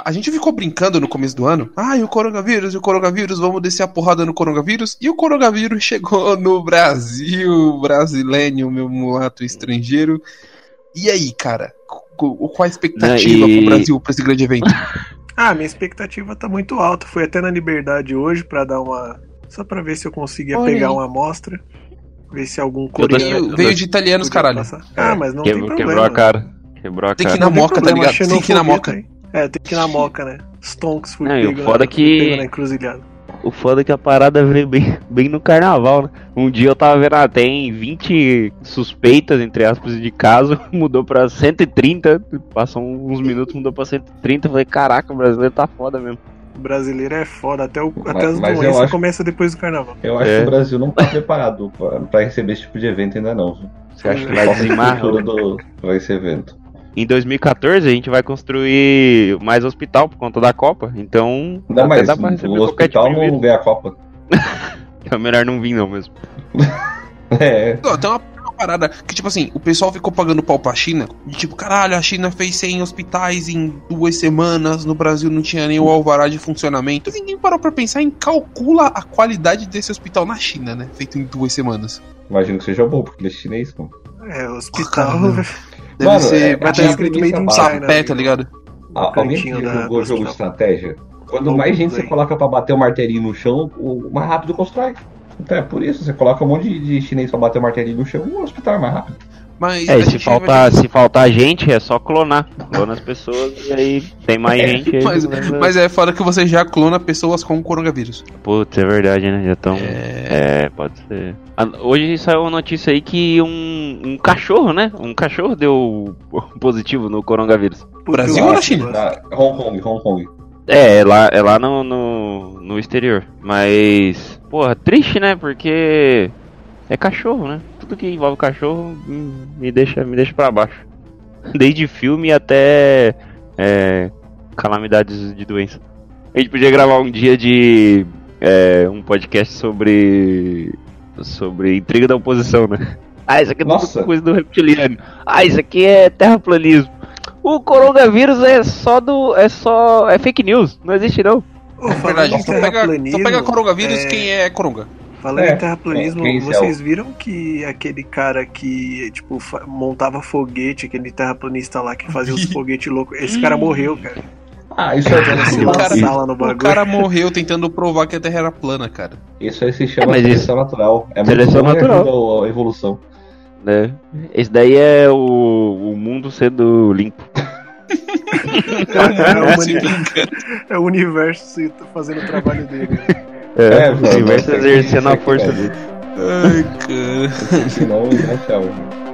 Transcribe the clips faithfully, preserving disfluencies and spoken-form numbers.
a gente ficou brincando no começo do ano. Ah, e o coronavírus, e o coronavírus, vamos descer a porrada no coronavírus. E o coronavírus chegou no Brasil, brasileiro, meu mulato estrangeiro. E aí, cara? Qual a expectativa Não, e... pro Brasil, pra esse grande evento? Ah, minha expectativa tá muito alta. Fui até na Liberdade hoje pra dar uma... Só pra ver se eu conseguia Olha pegar aí. uma amostra. Ver se algum coreano... Veio de italianos, caralho. Passar. Ah, mas não Quebrou, tem problema. Quebrou a cara. Quebrou a tem cara. que ir na moca, tá ligado? Tem que ir na moca. Aí. É, tem que ir na moca, né? Stonks fui Não, pego, o foda na, que... pego na encruzilhada. O foda é que a parada veio bem, bem no carnaval, né? Um dia eu tava vendo, ah, tem vinte suspeitas, entre aspas, de caso, mudou pra cento e trinta, passou uns minutos, mudou pra cento e trinta, eu falei, caraca, o brasileiro tá foda mesmo. O brasileiro é foda, até, o, mas, até as doenças acho, começam depois do carnaval. Eu acho é. que o Brasil não tá preparado pra, pra receber esse tipo de evento ainda não. Viu? Você acha que vai dizimar do, pra esse evento? Em dois mil e catorze a gente vai construir mais hospital por conta da Copa, então... Não, mas dá pra receber o hospital tipo não vê a Copa. É melhor não vir não mesmo. É. Não, tem uma, uma parada que, tipo assim, o pessoal ficou pagando pau pra China, de tipo, caralho, a China fez cem hospitais em duas semanas, no Brasil não tinha nem o alvará de funcionamento. Ninguém parou pra pensar em calcular a qualidade desse hospital na China, né? Feito em duas semanas. Imagino que seja bom, porque ele é chinês, mano. É, o hospital... Deve Mano, ser, é, vai ter escrito meio de um sapé, tá ligado? Alguém que jogou jogo de estratégia? Quando mais gente você coloca pra bater o martelinho no chão, o mais rápido constrói. Então é por isso, você coloca um monte de, de chinês pra bater o martelinho no chão, o hospital é mais rápido. Mas é, se faltar, se faltar gente, é só clonar. Clona as pessoas e aí tem mais É, gente. Aí Mas, vai... mas é foda que você já clona pessoas com coronavírus. Putz, é verdade, né? Já estão. É... é, pode ser. Hoje saiu uma notícia aí que um, um cachorro, né? Um cachorro deu positivo no coronavírus. Brasil ou na China? Na Hong Kong, Hong Kong. É, é lá, é lá no, no, no exterior. Mas, porra, triste, né? Porque é cachorro, né? Tudo que envolve cachorro me deixa, me deixa pra baixo. Desde filme até é, calamidades de doença. A gente podia gravar um dia de é, um podcast sobre sobre intriga da oposição, né? Ah, isso aqui é tudo coisa do reptiliano. Ah, isso aqui é terraplanismo. O coronavírus é só do é só é fake news, não existe não. É verdade, só pega, só pega coronavírus é... quem é coronga. Falando é, em terraplanismo, é, vocês viram que aquele cara que, tipo, montava foguete, aquele terraplanista lá que fazia os foguetes loucos, esse cara morreu, cara. Ah, isso é assim, o, cara, no o cara morreu tentando provar que a Terra era plana, cara. Isso aí se chama é, seleção isso... natural. É seleção muito natural. A evolução. É. Esse daí é o, o mundo sendo limpo. é, o universo, é o universo fazendo o trabalho dele. É, é, o universo exercendo a força dele. Ai, cara. Senão não tchau.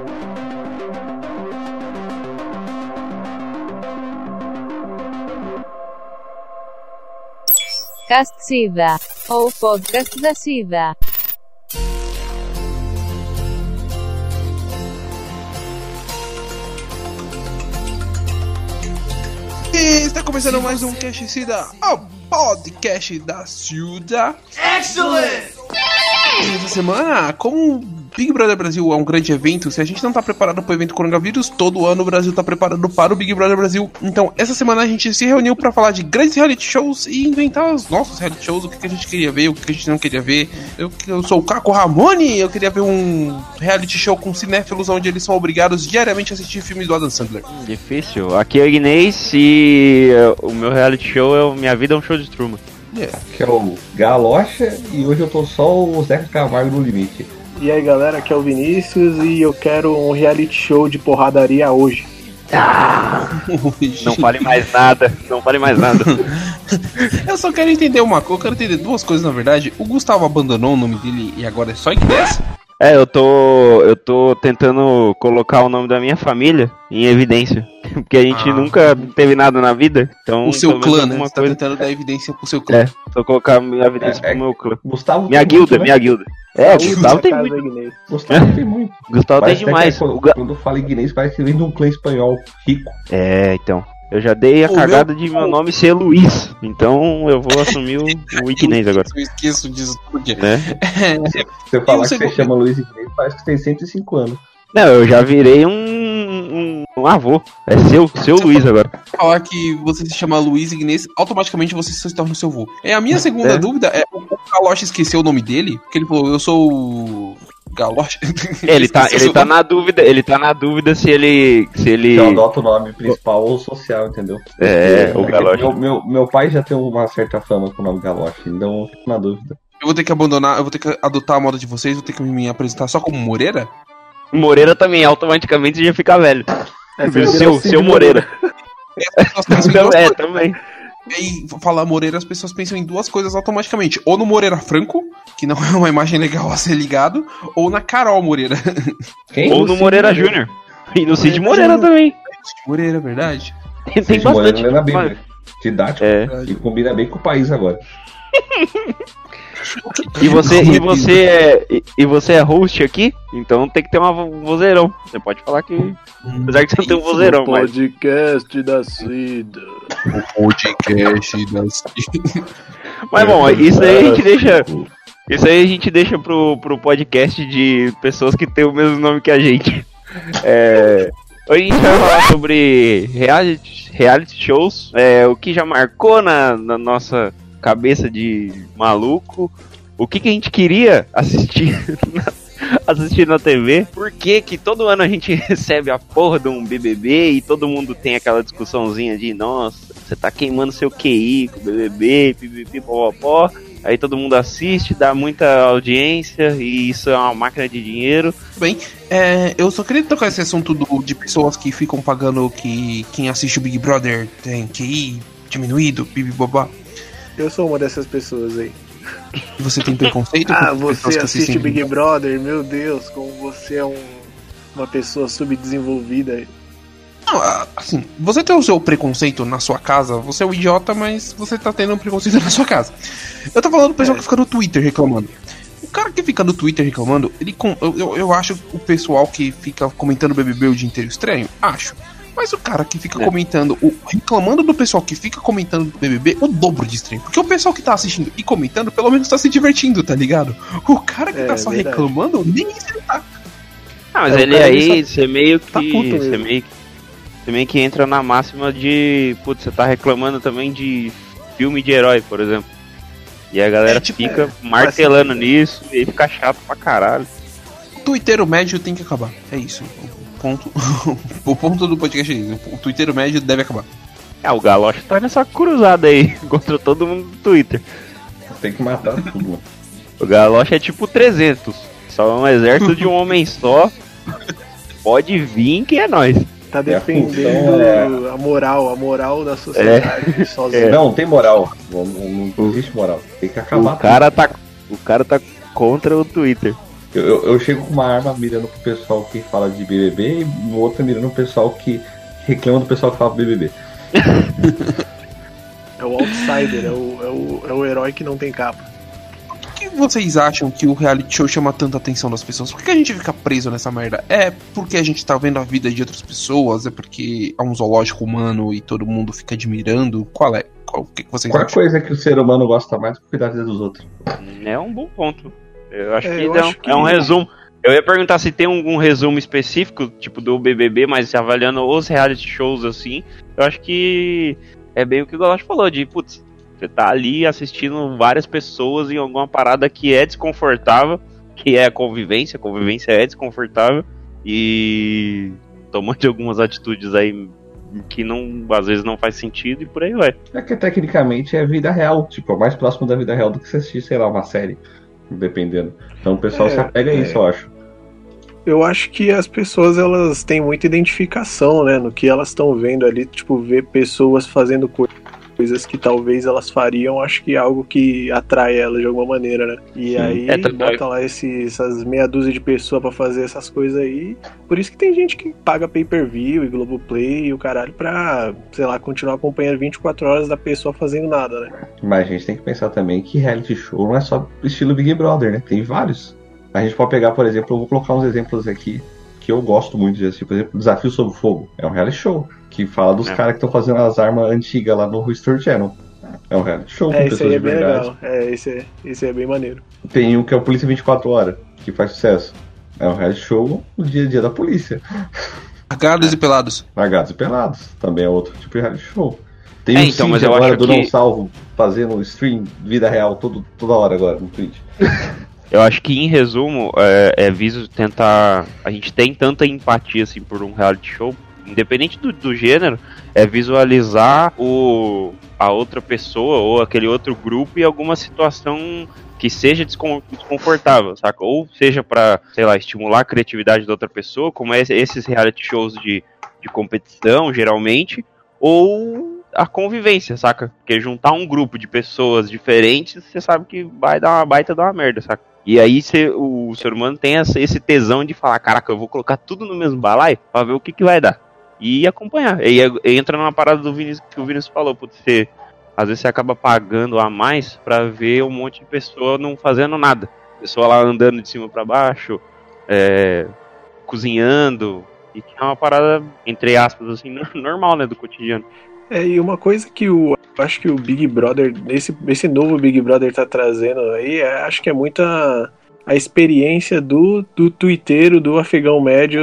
Cast Sida, ou podcast da Sida. E está começando mais um Cast Sida, o podcast da Sida. Excellent! E essa semana, como Big Brother Brasil é um grande evento, se a gente não tá preparado para o evento coronavírus, todo ano o Brasil tá preparado para o Big Brother Brasil. Então, essa semana a gente se reuniu para falar de grandes reality shows e inventar os nossos reality shows, o que, que a gente queria ver, o que, que a gente não queria ver. Eu, eu sou o Caco Ramone, eu queria ver um reality show com cinéfilos onde eles são obrigados diariamente a assistir filmes do Adam Sandler. Difícil. Aqui é o Ignez e uh, o meu reality show é Minha Vida é um Show de Truman. Yeah. Que é o Galocha e hoje eu tô só o Zeca Camargo no limite. E aí galera, aqui é o Vinícius e eu quero um reality show de porradaria hoje. Ah, não fale mais nada, não fale mais nada. Eu só quero entender uma coisa, eu quero entender duas coisas na verdade. O Gustavo abandonou o nome dele e agora é só Ignez? É, eu tô, eu tô tentando colocar o nome da minha família em evidência, porque a gente ah. nunca teve nada na vida, então... O seu clã, né? Você tá coisa... tentando dar evidência pro seu clã. É, tô colocar minha evidência é, pro meu clã. Gustavo minha guilda, muito, minha né? guilda. É, é Gustavo tem muito. Gustavo tem muito. Gustavo parece tem demais. É, quando, quando fala Ignez, parece que vem de um clã espanhol rico. É, então... Eu já dei a o cagada meu... de meu nome ser Luiz, então eu vou assumir o, o Ignez agora. Eu esqueço disso tudo. Né? Se você falar que você chama Luiz Ignez, parece que tem cento e cinco anos. Não, eu já virei um, um um avô. É seu, seu Luiz agora. Falar que você se chama Luiz Ignês, automaticamente você se torna seu avô. É, a minha segunda é. dúvida é, o Galoche esqueceu o nome dele? Porque ele falou, eu sou o Galoche. Ele tá, ele tá na dúvida, ele tá na dúvida se ele... Se ele... Eu adoto o nome principal ou social, entendeu? É, é o Galoche. Meu, meu, meu pai já tem uma certa fama com o nome Galoche, então eu fico na dúvida. Eu vou ter que abandonar, eu vou ter que adotar a moda de vocês, vou ter que me apresentar só como Moreira? Moreira também, automaticamente já fica velho. É, seu, seu Moreira. É, também. E falar Moreira, as pessoas pensam em duas coisas automaticamente. Ou no Moreira Franco, que não é uma imagem legal a ser ligado, ou na Carol Moreira. Quem? Ou no Moreira Júnior. E no Cid Moreira também. Cid Moreira, verdade. Tem, tem bastante. Moreira bem, mas... didático. É. E combina bem com o país agora. E você, e, você é, e, e você é host aqui, então tem que ter uma vozeirão. Você pode falar que. Apesar que você não tem um vozeirão, mas. Podcast da Cida. O podcast da Cida. Mas bom, isso aí a gente deixa. Isso aí a gente deixa pro, pro podcast de pessoas que têm o mesmo nome que a gente. É, hoje a gente vai falar sobre reality, reality shows, é, o que já marcou na, na nossa cabeça de maluco, o que, que a gente queria assistir na, assistir na T V, por que que todo ano a gente recebe a porra de um B B B e todo mundo tem aquela discussãozinha de nossa, você tá queimando seu Q I com o B B B, pipipi, popopó, aí todo mundo assiste, dá muita audiência e isso é uma máquina de dinheiro. Bem, é, eu só queria tocar esse assunto do, de pessoas que ficam pagando que quem assiste o Big Brother tem Q I diminuído, bibibobá. Eu sou uma dessas pessoas aí. E você tem preconceito? Ah, você assiste Big Brother, meu Deus, como você é um, uma pessoa subdesenvolvida. Não, assim, você tem o seu preconceito na sua casa, você é um idiota, mas você tá tendo um preconceito na sua casa. Eu tô falando do pessoal é. que fica no Twitter reclamando. O cara que fica no Twitter reclamando, ele eu, eu, eu acho o pessoal que fica comentando o B B B o dia inteiro estranho, acho. Mas o cara que fica é. comentando, o, reclamando do pessoal que fica comentando do B B B, o dobro de estranho. Porque o pessoal que tá assistindo e comentando, pelo menos tá se divertindo, tá ligado? O cara que é, tá só verdade. reclamando, nem isso ele tá. Ah, mas é, ele aí, você meio que. Tá você meio que. Você meio que entra na máxima de. Putz, você tá reclamando também de filme de herói, por exemplo. E a galera é, tipo, fica é, martelando assim, nisso e aí fica chato pra caralho. O Twitter médio tem que acabar. É isso. Ponto. O ponto do podcast é isso. O Twitter médio deve acabar. Ah, o Galoche tá nessa cruzada aí contra todo mundo do Twitter. Tem que matar tudo. O Galoche é tipo trezentos. Só é um exército de um homem só. Pode vir que é nóis. Tá defendendo é... a moral, a moral da sociedade é. sozinho. É. Não, tem moral. Não, não existe moral. Tem que acabar. O cara tá, o cara tá contra o Twitter. Eu, eu, eu chego com uma arma mirando pro pessoal que fala de B B B e no outro mirando pro pessoal que reclama do pessoal que fala B B B. É o outsider, é o, é, o, é o herói que não tem capa. Por que vocês acham que o reality show chama tanta atenção das pessoas? Por que a gente fica preso nessa merda? É porque a gente tá vendo a vida de outras pessoas? É porque é um zoológico humano e todo mundo fica admirando? Qual é? Qual, o que vocês Qual acham? coisa que o ser humano gosta mais do cuidar dos outros? É um bom ponto. Eu acho, é, que, eu não, acho que é um resumo. Eu ia perguntar se tem algum resumo específico, tipo do B B B, mas avaliando os reality shows assim, eu acho que é bem o que o Galoche falou, de putz, você tá ali assistindo várias pessoas em alguma parada que é desconfortável, que é a convivência, a convivência é desconfortável, e tomando algumas atitudes aí que não, às vezes não faz sentido e por aí vai. É que tecnicamente é vida real, tipo, é mais próximo da vida real do que você assistir, sei lá, uma série. Dependendo. Então o pessoal é, se apega a é. isso, eu acho. Eu acho que as pessoas, elas têm muita identificação, né, no que elas estão vendo ali, tipo, ver pessoas fazendo coisas que talvez elas fariam, acho que é algo que atrai elas de alguma maneira, né. E Sim, aí é bota lá esse, essas meia dúzia de pessoas pra fazer essas coisas aí. Por isso que tem gente que paga pay-per-view e Globoplay e o caralho pra, sei lá, continuar acompanhando vinte e quatro horas da pessoa fazendo nada, né. Mas a gente tem que pensar também que reality show não é só estilo Big Brother, né, tem vários. A gente pode pegar, por exemplo, eu vou colocar uns exemplos aqui que eu gosto muito de assistir. Por exemplo, Desafio Sob Fogo. É um reality show que fala dos é. caras que estão fazendo as armas antigas lá no History Channel. É um reality show é, com pessoas de verdade. É, esse aí é bem legal. É, esse é, esse é bem maneiro. Tem um que é o Polícia vinte e quatro horas, que faz sucesso. É um reality show no dia a dia da polícia. Largados É. e Pelados. Largados e Pelados, também é outro tipo de reality show. Tem É, o então, Cid mas eu agora acho do que- Não Salvo fazendo stream vida real todo, toda hora agora no Twitch. Eu acho que, em resumo, é, é viso tentar... A gente tem tanta empatia, assim, por um reality show, independente do, do gênero, é visualizar o, a outra pessoa ou aquele outro grupo em alguma situação que seja descon- desconfortável, saca? Ou seja pra, sei lá, estimular a criatividade da outra pessoa, como é esses reality shows de, de competição, geralmente, ou a convivência, saca? Porque juntar um grupo de pessoas diferentes, você sabe que vai dar uma baita de uma merda, saca? E aí cê, o, o ser humano tem essa, esse tesão de falar, caraca, eu vou colocar tudo no mesmo balaio pra ver o que, que vai dar. E acompanhar. E aí entra numa parada do Vinícius, que o Vinícius falou, putz, você, às vezes você acaba pagando a mais pra ver um monte de pessoa não fazendo nada. Pessoa lá andando de cima pra baixo, é, cozinhando, e que é uma parada, entre aspas, assim, normal, né, do cotidiano. É, e uma coisa que o, eu acho que o Big Brother, esse, esse novo Big Brother tá trazendo aí, é, acho que é muita a experiência do, do twitteiro, do afegão médio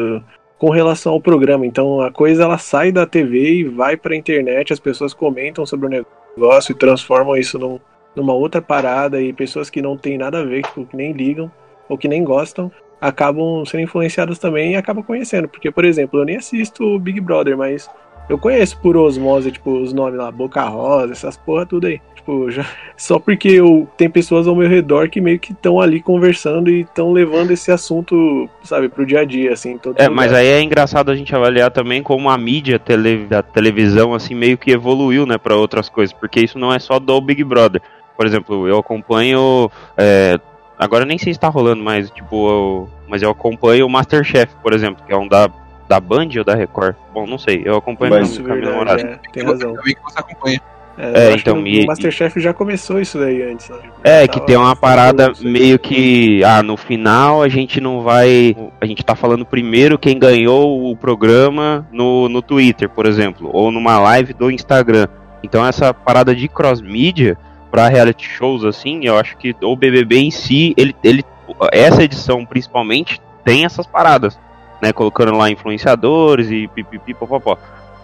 com relação ao programa. Então a coisa ela sai da T V e vai pra internet, as pessoas comentam sobre o negócio e transformam isso num, numa outra parada, e pessoas que não tem nada a ver, tipo, que nem ligam ou que nem gostam, acabam sendo influenciadas também e acabam conhecendo. Porque, por exemplo, eu nem assisto o Big Brother, mas eu conheço por osmose, tipo, os nomes lá, Boca Rosa, essas porra tudo aí. Tipo, já, só porque eu tem pessoas ao meu redor que meio que estão ali conversando e estão levando esse assunto, sabe, pro dia a dia, assim, em todos É, os mas lugares. aí é engraçado a gente avaliar também como a mídia tele, da televisão, assim, meio que evoluiu, né, pra outras coisas, porque isso não é só do Big Brother. Por exemplo, eu acompanho, é, agora eu nem sei se tá rolando mais, tipo, eu, mas eu acompanho o Masterchef, por exemplo, que é um da, da Band ou da Record? Bom, não sei, eu acompanho Band. no Isso, caminho do verdade, horário. é, tem razão. Eu vi que você acompanha. É, É, eu acho então, que no, e- no Masterchef já começou isso daí antes. Né? É, Já que tava tem uma parada falando isso aí. meio que, ah, no final a gente não vai, a gente tá falando primeiro quem ganhou o programa no, no Twitter, por exemplo, ou numa live do Instagram. Então essa parada de cross-mídia pra reality shows, assim, eu acho que o B B B em si, ele, ele, essa edição principalmente, tem essas paradas, né, colocando lá influenciadores e pipipi, popopó.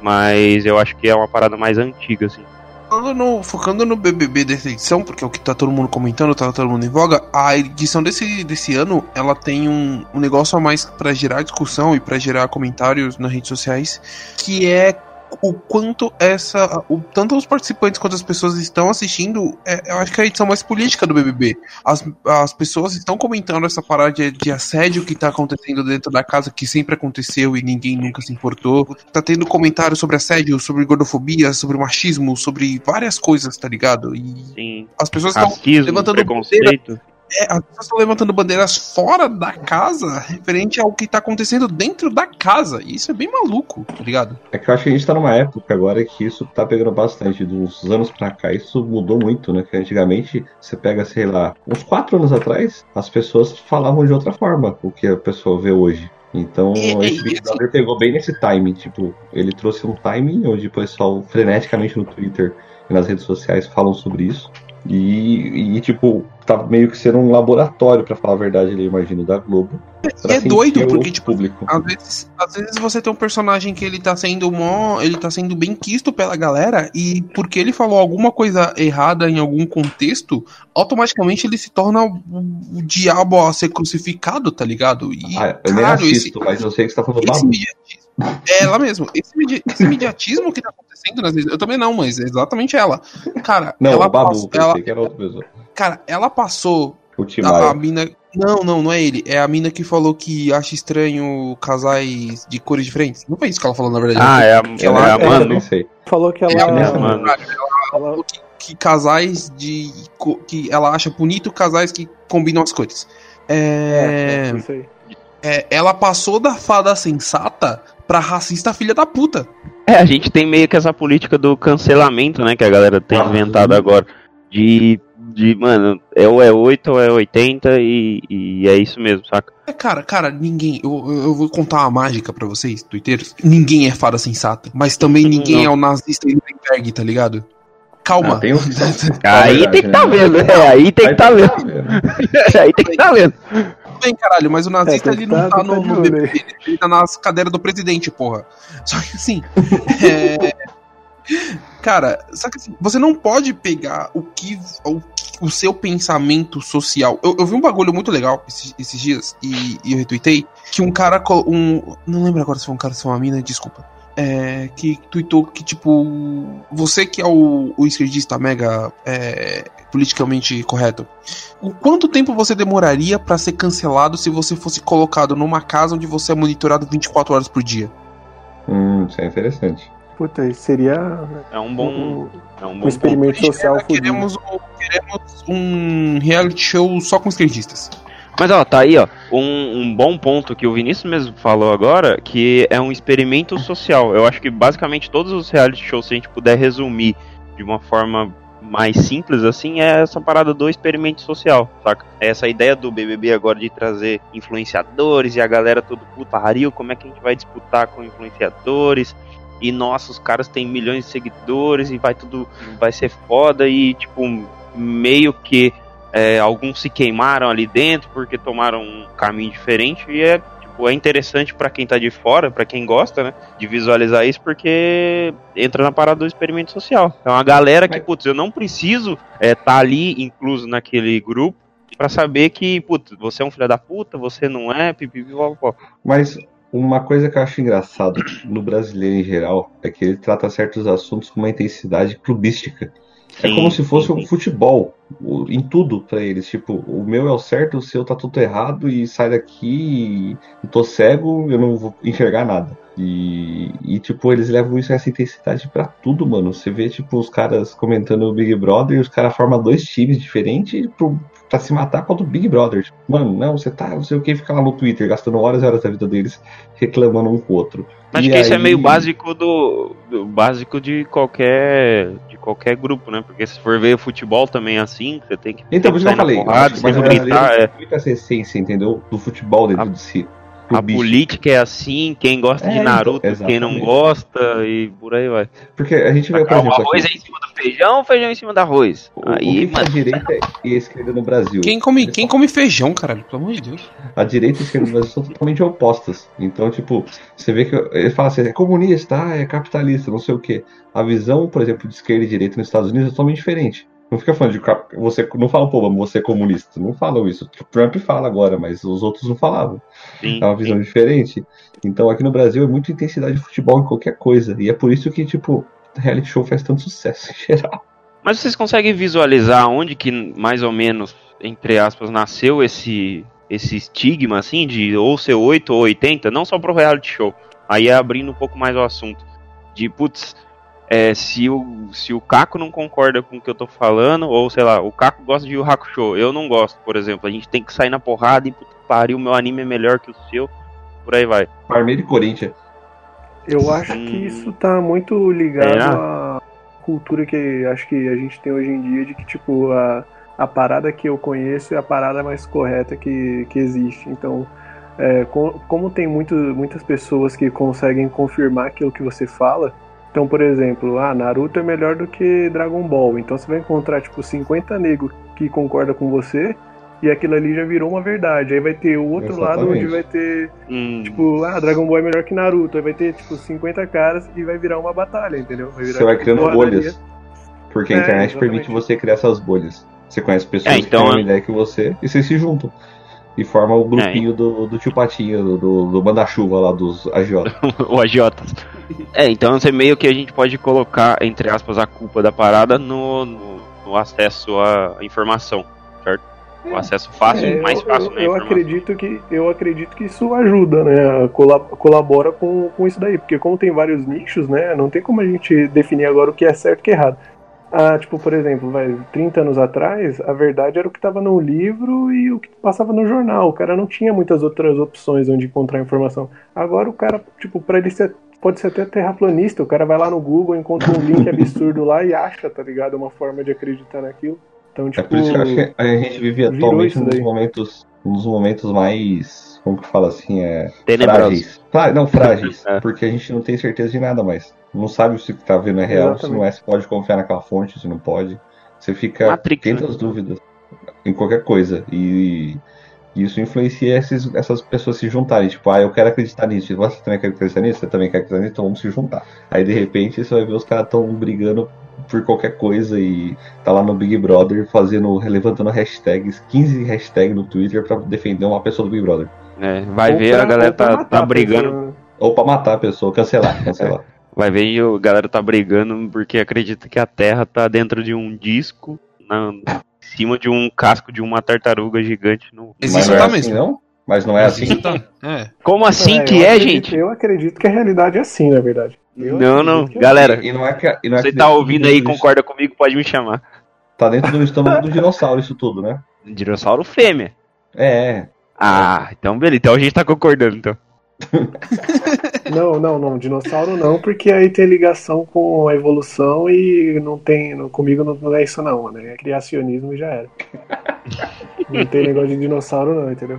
Mas eu acho que é uma parada mais antiga, assim. Focando no, focando no B B B dessa edição, porque é o que tá todo mundo comentando, tá todo mundo em voga, a edição desse, desse ano, ela tem um, um negócio a mais pra gerar discussão e pra gerar comentários nas redes sociais, que é o quanto essa, o, tanto os participantes quanto as pessoas estão assistindo, é, eu acho que é a edição mais política do B B B. As, as pessoas estão comentando essa parada de, de assédio que tá acontecendo dentro da casa, que sempre aconteceu e ninguém nunca se importou. Tá tendo comentários sobre assédio, sobre gordofobia, sobre machismo, sobre várias coisas, tá ligado? E Sim. as pessoas estão Racismo, levantando preconceito. é, as pessoas estão levantando bandeiras fora da casa referente ao que tá acontecendo dentro da casa. E isso é bem maluco, tá ligado? É que eu acho que a gente tá numa época agora que isso tá pegando bastante. De uns anos pra cá, isso mudou muito, né? Que antigamente, você pega, sei lá, uns quatro anos atrás, as pessoas falavam de outra forma o que a pessoa vê hoje. Então, E- e- esse Big e- Brother pegou bem nesse timing. Tipo, ele trouxe um timing onde o pessoal freneticamente no Twitter e nas redes sociais falam sobre isso. E, e, tipo, tá meio que sendo um laboratório, pra falar a verdade, ali, eu imagino, da Globo. E é doido, sentir o porque, tipo, público. Às vezes, às vezes você tem um personagem que ele tá sendo mó, ele tá sendo bem quisto pela galera, e porque ele falou alguma coisa errada em algum contexto, automaticamente ele se torna o, o diabo a ser crucificado, tá ligado? E, Ah, eu nem caralho, assisto, mas eu sei que você tá falando esse babu. mediatismo, é ela mesmo, esse, medi- esse mediatismo que tá acontecendo nas vezes, eu também não, mas é exatamente ela. Cara, Não, ela o babu, passou, eu ela, sei que era outra pessoa. cara, ela passou O a, a Timaya. mina. Não, não, não é ele. É a mina que falou que acha estranho casais de cores diferentes. Não foi isso que ela falou, na verdade. Ah, é a, Que é ela- a Eu Manu. nem sei. Falou que ela, Ela- É a Manu. ela- falou que, que casais de. co- que ela acha bonito casais que combinam as cores. É, é, isso aí. é, ela passou da fada sensata pra racista filha da puta. É, a gente tem meio que essa política do cancelamento, né, que a galera tem Ah, inventado sim. agora. De, de, mano, é ou é oito ou é oitenta e, e é isso mesmo, saca? É, cara, cara, ninguém. Eu, eu eu vou contar uma mágica pra vocês, twitteiros. Ninguém é fada sensata. Mas também ninguém Não. é o nazista e Nuremberg, tá ligado? Calma. Ah, tem uns que são- Aí verdade, tem que tá né? vendo, é, aí tem que tá Aí vendo. tá vendo. Aí tem que tá vendo. bem, caralho, mas o nazista É, ele tá- não tá tá no, de no olho B B aí. B, ele tá nas cadeiras do presidente, porra. Só que assim, é... cara, só que assim, você não pode pegar o que o, o seu pensamento social. Eu, eu vi um bagulho muito legal esses, esses dias e, e eu retuitei que um cara, col- um, não lembro agora se foi um cara ou se foi uma mina, desculpa. É, que tweetou que, tipo, você que é o, o esquerdista mega é, politicamente correto, o quanto tempo você demoraria pra ser cancelado se você fosse colocado numa casa onde você é monitorado vinte e quatro horas por dia? Hum, isso é interessante. Puta, isso seria É um bom. um, É um um bom experimento social fudido. Queremos, um- queremos um reality show só com esquerdistas. Mas ó, tá aí ó, um, um bom ponto que o Vinícius mesmo falou agora, que é um experimento social. Eu acho que basicamente todos os reality shows, se a gente puder resumir de uma forma mais simples assim, é essa parada do experimento social, saca? É essa ideia do B B B agora de trazer influenciadores e a galera todo puta pariu, como é que a gente vai disputar com influenciadores? E nossa, os caras têm milhões de seguidores e vai tudo, vai ser foda e tipo, meio que É, alguns se queimaram ali dentro porque tomaram um caminho diferente e é, tipo, é interessante pra quem tá de fora, pra quem gosta, né, de visualizar isso, porque entra na parada do experimento social. É uma galera que, Mas- putz, eu não preciso é, tá ali incluso naquele grupo pra saber que, putz, você é um filho da puta, você não é, pipipi, pó. Mas uma coisa que eu acho engraçado no brasileiro em geral é que ele trata certos assuntos com uma intensidade clubística. É como se fosse um futebol, o- em tudo pra eles. Tipo, o meu é o certo, o seu tá tudo errado e sai daqui e tô cego, eu não vou enxergar nada. E, e tipo, eles levam isso essa intensidade pra tudo, mano. Você vê, tipo, os caras comentando o Big Brother e os caras formam dois times diferentes pro, pra se matar contra o Big Brother. Tipo, mano, não, você tá, não sei o que, fica lá no Twitter gastando horas e horas da vida deles reclamando um com o outro. Acho E que isso é aí- meio básico do, do básico de qualquer de qualquer grupo, né? Porque se for ver futebol também é assim, você tem que, Então, tem por que isso que eu sair na falei, eu porrada, acho que tem mais que o brasileiro gritar, é. tem muito essa essência, entendeu? Do futebol dentro A- de si. A Clubístico. política é assim, quem gosta É, de então, Naruto, quem não exatamente. gosta e por aí vai. Porque a gente vê, por O exemplo, arroz aqui, é em cima do feijão, o feijão é em cima do arroz. o, o Aí, que, que é a mano, direita e a esquerda no Brasil? Quem come, Eles quem come feijão, caralho? Pelo amor de Deus. A direita e a esquerda no Brasil são totalmente opostas. Então, tipo, você vê que ele fala assim, é comunista, ah, é capitalista, não sei o quê. A visão, por exemplo, de esquerda e direita nos Estados Unidos é totalmente diferente. Não fica falando de cap- você não fala, pô, você é comunista. Não falam isso. O Trump fala agora, mas os outros não falavam. sim, É uma visão sim. diferente. Então aqui no Brasil é muita intensidade de futebol em qualquer coisa. E é por isso que, tipo, reality show faz tanto sucesso em geral. Mas vocês conseguem visualizar onde que mais ou menos, entre aspas, nasceu esse esse estigma assim de ou ser oito ou oitenta, não só pro reality show. Aí é abrindo um pouco mais o assunto. De putz, é, se, o, se o Caco não concorda com o que eu tô falando, ou sei lá, o Caco gosta de Yu Yu Hakusho, eu não gosto, por exemplo. A gente tem que sair na porrada e puta que pariu, meu anime é melhor que o seu, por aí vai. Parmeira e Corinthians. Eu acho Hum. que isso tá muito ligado Será? à cultura que acho que a gente tem hoje em dia, de que, tipo, a, a parada que eu conheço é a parada mais correta que, que existe. Então, é, com- como tem muito, muitas pessoas que conseguem confirmar aquilo que você fala, então, por exemplo, ah, Naruto é melhor do que Dragon Ball. Então você vai encontrar, tipo, cinquenta negros que concordam com você e aquilo ali já virou uma verdade. Aí vai ter o outro lado onde Exatamente. vai ter, Hum, tipo, ah, Dragon Ball é melhor que Naruto. Aí vai ter, tipo, cinquenta caras e vai virar uma batalha, entendeu? Vai virar, Você vai tipo, criando porradaria. bolhas. Porque a É, internet exatamente. permite você criar essas bolhas. Você conhece pessoas É, que então, têm uma é- ideia que você e vocês se juntam. E formam o grupinho do, do tio Patinho, do, do, do manda-chuva lá dos agiotas. o agiotas. É, então você meio que a gente pode colocar, entre aspas, a culpa da parada no, no, no acesso à informação, certo? O acesso fácil, É, mais eu- fácil, eu, né? eu informação. acredito que eu acredito que isso ajuda, né? cola- colabora com, com isso daí, porque como tem vários nichos, né? Não tem como a gente definir agora o que é certo e o que é errado. Ah, tipo, por exemplo, vai, trinta anos atrás, a verdade era o que estava no livro e o que passava no jornal. O cara não tinha muitas outras opções onde encontrar informação. Agora o cara, tipo, para ele ser, pode ser até terraplanista, o cara vai lá no Google, encontra um link absurdo lá e acha, tá ligado? Uma forma de acreditar naquilo. Então, É tipo, por isso que eu acho que a gente vive virou atualmente isso um dos daí. momentos, um dos momentos mais, como que fala assim, é Tenebrosos. frágeis. Frá- Não, frágeis, É. porque a gente não tem certeza de nada mais. Não sabe se o que tá vendo é real, se não é, se pode confiar naquela fonte, se não pode. Você fica Matrix, tem né? das dúvidas em qualquer coisa. E E isso influencia esses, essas pessoas se juntarem. Tipo, ah, eu quero acreditar nisso. E você também quer acreditar nisso? Você também quer acreditar nisso? Então vamos se juntar. Aí de repente você vai ver os caras tão brigando por qualquer coisa e tá lá no Big Brother fazendo, levantando hashtags, quinze hashtags no Twitter pra defender uma pessoa do Big Brother. É, vai Ou ver pra- a galera ou pra tá, matar tá a brigando. pessoa. Ou pra matar a pessoa, cancelar, cancelar. Vai ver e a galera tá brigando porque acredita que a Terra tá dentro de um disco, na, em cima de um casco de uma tartaruga gigante. No... Mas Existe não é tá assim, mesmo. não? Mas não é Mas assim? isso tá. É. Como assim É, que eu é, acredito- gente? Eu acredito que a realidade é assim, na verdade. Eu Não, acredito não, que é galera, E não é que, e não é você que tá dentro ouvindo do- aí e do- concorda comigo, pode me chamar. Tá dentro do estômago do dinossauro isso tudo, né? Dinossauro fêmea. É, Ah, então beleza, então a gente tá concordando, então. Não, não, não, dinossauro não, porque aí tem ligação com a evolução e não tem, não- comigo não, não é isso não, mano, é criacionismo e já era. Não tem negócio de dinossauro não, entendeu?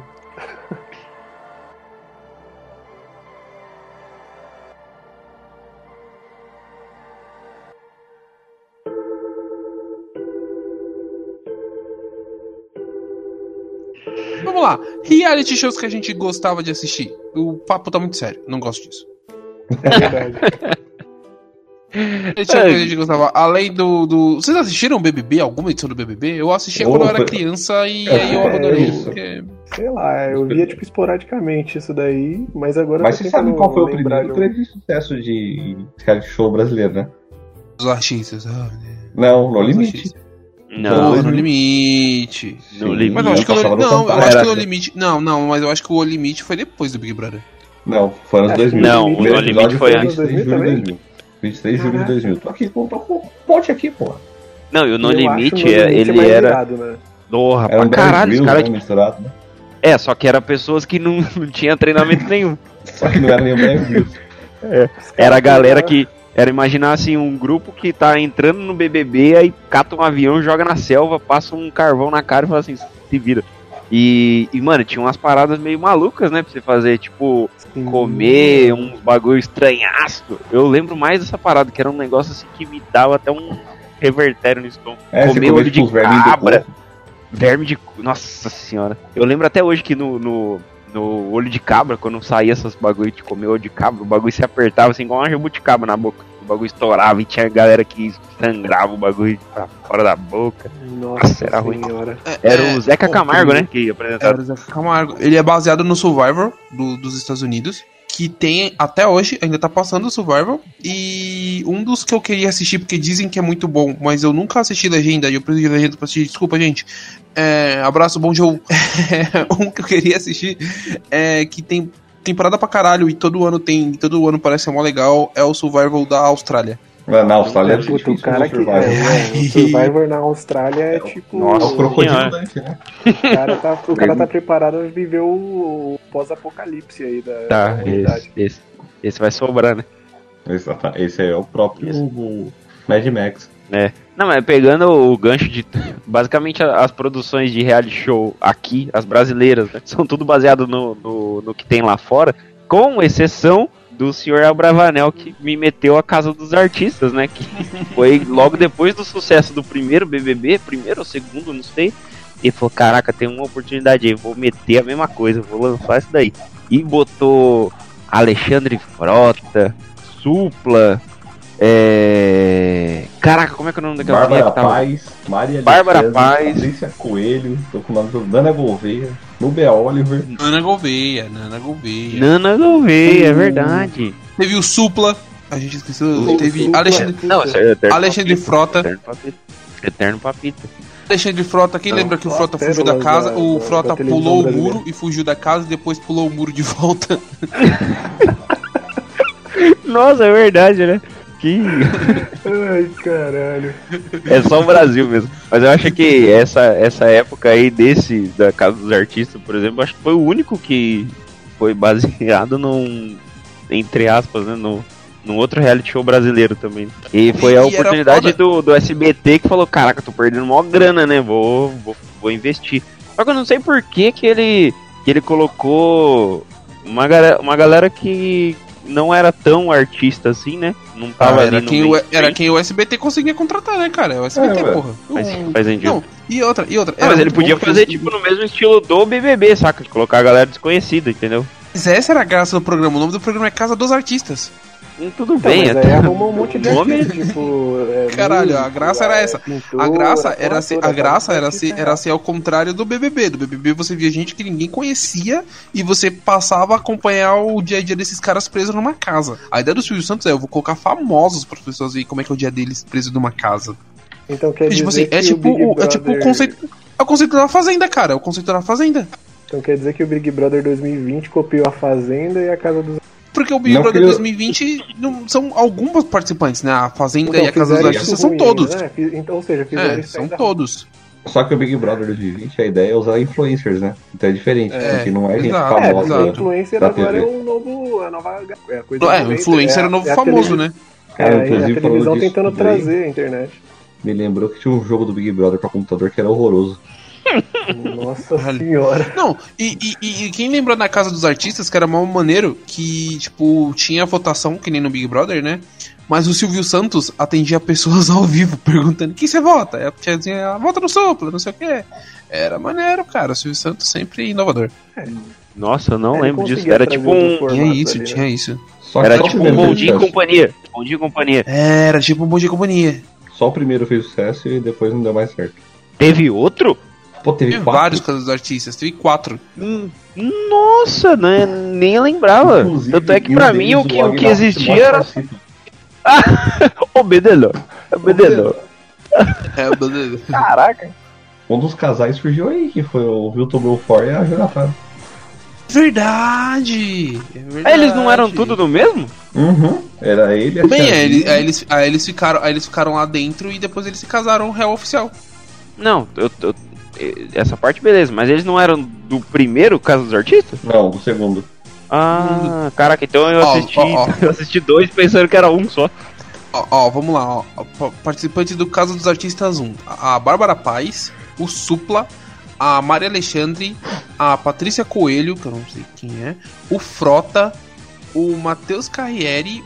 Vamos lá. Reality shows que a gente gostava de assistir. O papo tá muito sério. Não gosto disso. É verdade. Reality show que a gente gostava. Além do, do. Vocês assistiram o B B B? Alguma edição do B B B? Eu assistia quando eu era Opa. criança e É, aí eu abandonei. isso. Porque... Sei lá, eu via tipo esporadicamente isso daí, mas agora mas eu tô você sabe tentando qual foi o lembrar primeiro de um- grande sucesso de reality show brasileiro, né? Os artistas. Ah, né? Não, No Os Limite. artistas. Não, Pô, No Limite. No Sim, Limite. Mas eu acho que o passava no Não, eu Fantástico. acho que o Era- No Limite. Não, não, mas eu acho que o Limite foi depois do Big Brother. Não, foi anos Acho dois mil. Não, o o primeiro No Limite episódio foi vinte e antes. três de julho de também? dois mil. vinte e três de julho de Caraca. dois mil. Tô aqui, tô com um monte aqui, pô. não, e o No Eu acho Limite, No é- Limite ele mais era. virado, né? Porra, Era um pra caralho, os Bear caras. Grylls, né, misturado, né? É, só que eram pessoas que não, não tinham treinamento nenhum. Só que não era nem o Bear Grylls. Era a galera que. Era imaginar assim, um grupo que tá entrando no B B B, aí cata um avião, joga na selva, passa um carvão na cara e fala assim, se vira. E, e mano, tinha umas paradas meio malucas, né, pra você fazer, tipo, Sim. comer uns bagulho estranhaço. Eu lembro mais dessa parada, que era um negócio assim que me dava até um revertério no estômago. É, você Comer comia, olho tipo, de os verminhos do cabra. corpo. Verme de. Nossa senhora. Eu lembro até hoje que no, no, no olho de cabra, quando saía essas bagulho de comer olho de cabra, o bagulho se apertava assim, igual uma jabuticaba na boca. O bagulho estourava e tinha galera que sangrava o bagulho pra fora da boca. Nossa, era ruim. senhora. Era É, o Zeca pô, Camargo, que- né? Que apresentava. Era o Zeca Camargo. Ele é baseado no Survivor do- dos Estados Unidos. Que tem até hoje, ainda tá passando o Survivor. E um dos que eu queria assistir, porque dizem que é muito bom, mas eu nunca assisti legenda, e eu preciso de legenda pra assistir. Desculpa, gente. É, abraço, bom jogo. Um que eu queria assistir é que tem temporada pra caralho e todo ano tem. Todo ano parece ser mó legal. É o Survival da Austrália. Na na Austrália era Puta, o difícil cara fazer que. Survivor. É, o Survivor na Austrália é tipo. Nossa, É o crocodilo Senhora. Dante, né? O cara tá, o cara tá preparado a viver o, o pós-apocalipse aí da, da Tá, humanidade. esse, esse, esse vai sobrar, né? Exato. Esse é o próprio o Mad Max. Não, mas pegando o gancho de. Basicamente, a- as produções de reality show aqui, as brasileiras, né? São tudo baseado no, no, no que tem lá fora, com exceção do senhor Abravanel, que me meteu a Casa dos Artistas, né? Que foi logo depois do sucesso do primeiro B B B, primeiro ou segundo, não sei. E falou: caraca, tem uma oportunidade aí, vou meter a mesma coisa, vou lançar isso daí. E botou Alexandre Frota, Supla. É... Caraca, como é que é o nome daquela mulher Bárbara que tava? Paz, Maria Bárbara Alexandre, Paz. Patrícia Coelho, tô com o nome do Dana Gouveia, Nubia Oliver. Nana Gouveia, Nana Gouveia. Nana Gouveia, é verdade. Teve o Supla, a gente esqueceu. O Teve Supla. Alexandre, Não, esse é Eterno Alexandre Papito. Frota. Eterno Papito. Eterno Papito. Alexandre Frota. Quem Não, lembra que o só Frota as fugiu da pérolas casa? da- O da- Frota da televisão pulou o brasileira. muro e fugiu da casa e depois pulou o muro de volta. Nossa, é verdade, né? Que... Ai, caralho. É só o Brasil mesmo. Mas eu acho que essa, essa época aí desse, da Casa dos Artistas, por exemplo, acho que foi o único que foi baseado num, entre aspas, né, no, num outro reality show brasileiro também. E foi E- a e era oportunidade foda. do, do S B T que falou, caraca, tô perdendo maior grana, né, vou, vou, vou investir. Só que eu não sei por que que ele, que ele colocou uma galera, uma galera que não era tão artista assim, né? Não tava Ah, ali era, no quem o, mainstream. era quem o S B T conseguia contratar, né, cara? É o S B T, É, ué. porra. Faz, O- faz sentido. Não, e outra, e outra. Não, era mas ele muito podia bom que fazer os- tipo no mesmo estilo do B B B, saca? De colocar a galera desconhecida, entendeu? Mas essa era a graça do programa. O nome do programa é Casa dos Artistas. Hum, Tudo Então, bem, mas até- aí arrumou um monte de Nome- artista, tipo... é, Caralho, a músico, graça era é, essa. pintor, A graça ator, era ser, ator, a graça era artista ser, era ser ao contrário do B B B. Do B B B você via gente que ninguém conhecia e você passava a acompanhar o dia a dia desses caras presos numa casa. A ideia do Silvio Santos é: eu vou colocar famosos para as pessoas verem como é que é o dia deles presos numa casa. Então quer E, tipo assim, dizer é que tipo, o Big o, é tipo o Brother- conceito. É o conceito da Fazenda, cara. É o conceito da Fazenda. Então quer dizer que o Big Brother dois mil e vinte copiou a Fazenda e a Casa dos... Porque o Big Não, Brother porque eu- dois mil e vinte não, são alguns participantes, né? A Fazenda Então, e a Casa dos fizeram Artistas isso são ruim todos. ainda, né? Fiz- Então, ou seja, fizeram É, isso são ainda todos. Só que o Big Brother dois mil e vinte, a ideia é usar influencers, né? Então é diferente, É, porque não é gente exato. É, famosa. porque exato. influencer da agora T V. é o novo, a nova é a coisa É, do o momento, influencer é o a- novo é a famoso, televisão- né? Cara, É, a inclusive, televisão falando disso tentando tudo aí, trazer a internet. me lembrou que tinha um jogo do Big Brother pra computador que era horroroso. Nossa Caralho. senhora. Não, e, e- e- e quem lembra na Casa dos Artistas, que era mal maneiro, que, tipo, tinha votação, que nem no Big Brother, né? Mas o Silvio Santos atendia pessoas ao vivo, perguntando: quem você vota? Aí a tiazinha, vota no Supla, não sei o quê. Era maneiro, cara. O Silvio Santos sempre inovador. Nossa, eu não Ele lembro disso. conseguia Era trazer tipo outro um. formato Tinha isso, ali, né? tinha isso. Só Era só o tipo um primeiro Bom fez Dia e sucesso. Companhia. Bom Dia e Companhia. Era tipo um Bom Dia e Companhia. Só o primeiro fez sucesso e depois não deu mais certo. Teve outro? Pô, teve Teve quatro. vários Casas dos Artistas, teve quatro. Hum, Nossa, né? Nem lembrava. Inclusive, Tanto é que em um pra mim deles, o que, o Og que Mostra existia era. participa. O Bedelô. O Bedelô. É, beleza. Caraca. Um dos casais surgiu aí, que foi o Wilton Belfort e a Jonathan. Verdade! É verdade. Ah, eles não eram tudo do mesmo? Uhum. Era ele e a Bem, tiazinha. aí, eles- aí eles, aí, eles ficaram, aí eles ficaram lá dentro e depois eles se casaram real oficial. Não, eu, eu- essa parte beleza, mas eles não eram do primeiro Casa dos Artistas? Não, do segundo. Ah, caraca, então eu Ó, assisti, ó, ó. eu assisti dois pensando que era um só. Ó, ó, vamos lá, ó. Pa- Participantes do Casa dos Artistas um: a Bárbara Paz, o Supla, a Maria Alexandre, a Patrícia Coelho, que eu não sei quem é, o Frota, o Matheus Carriere,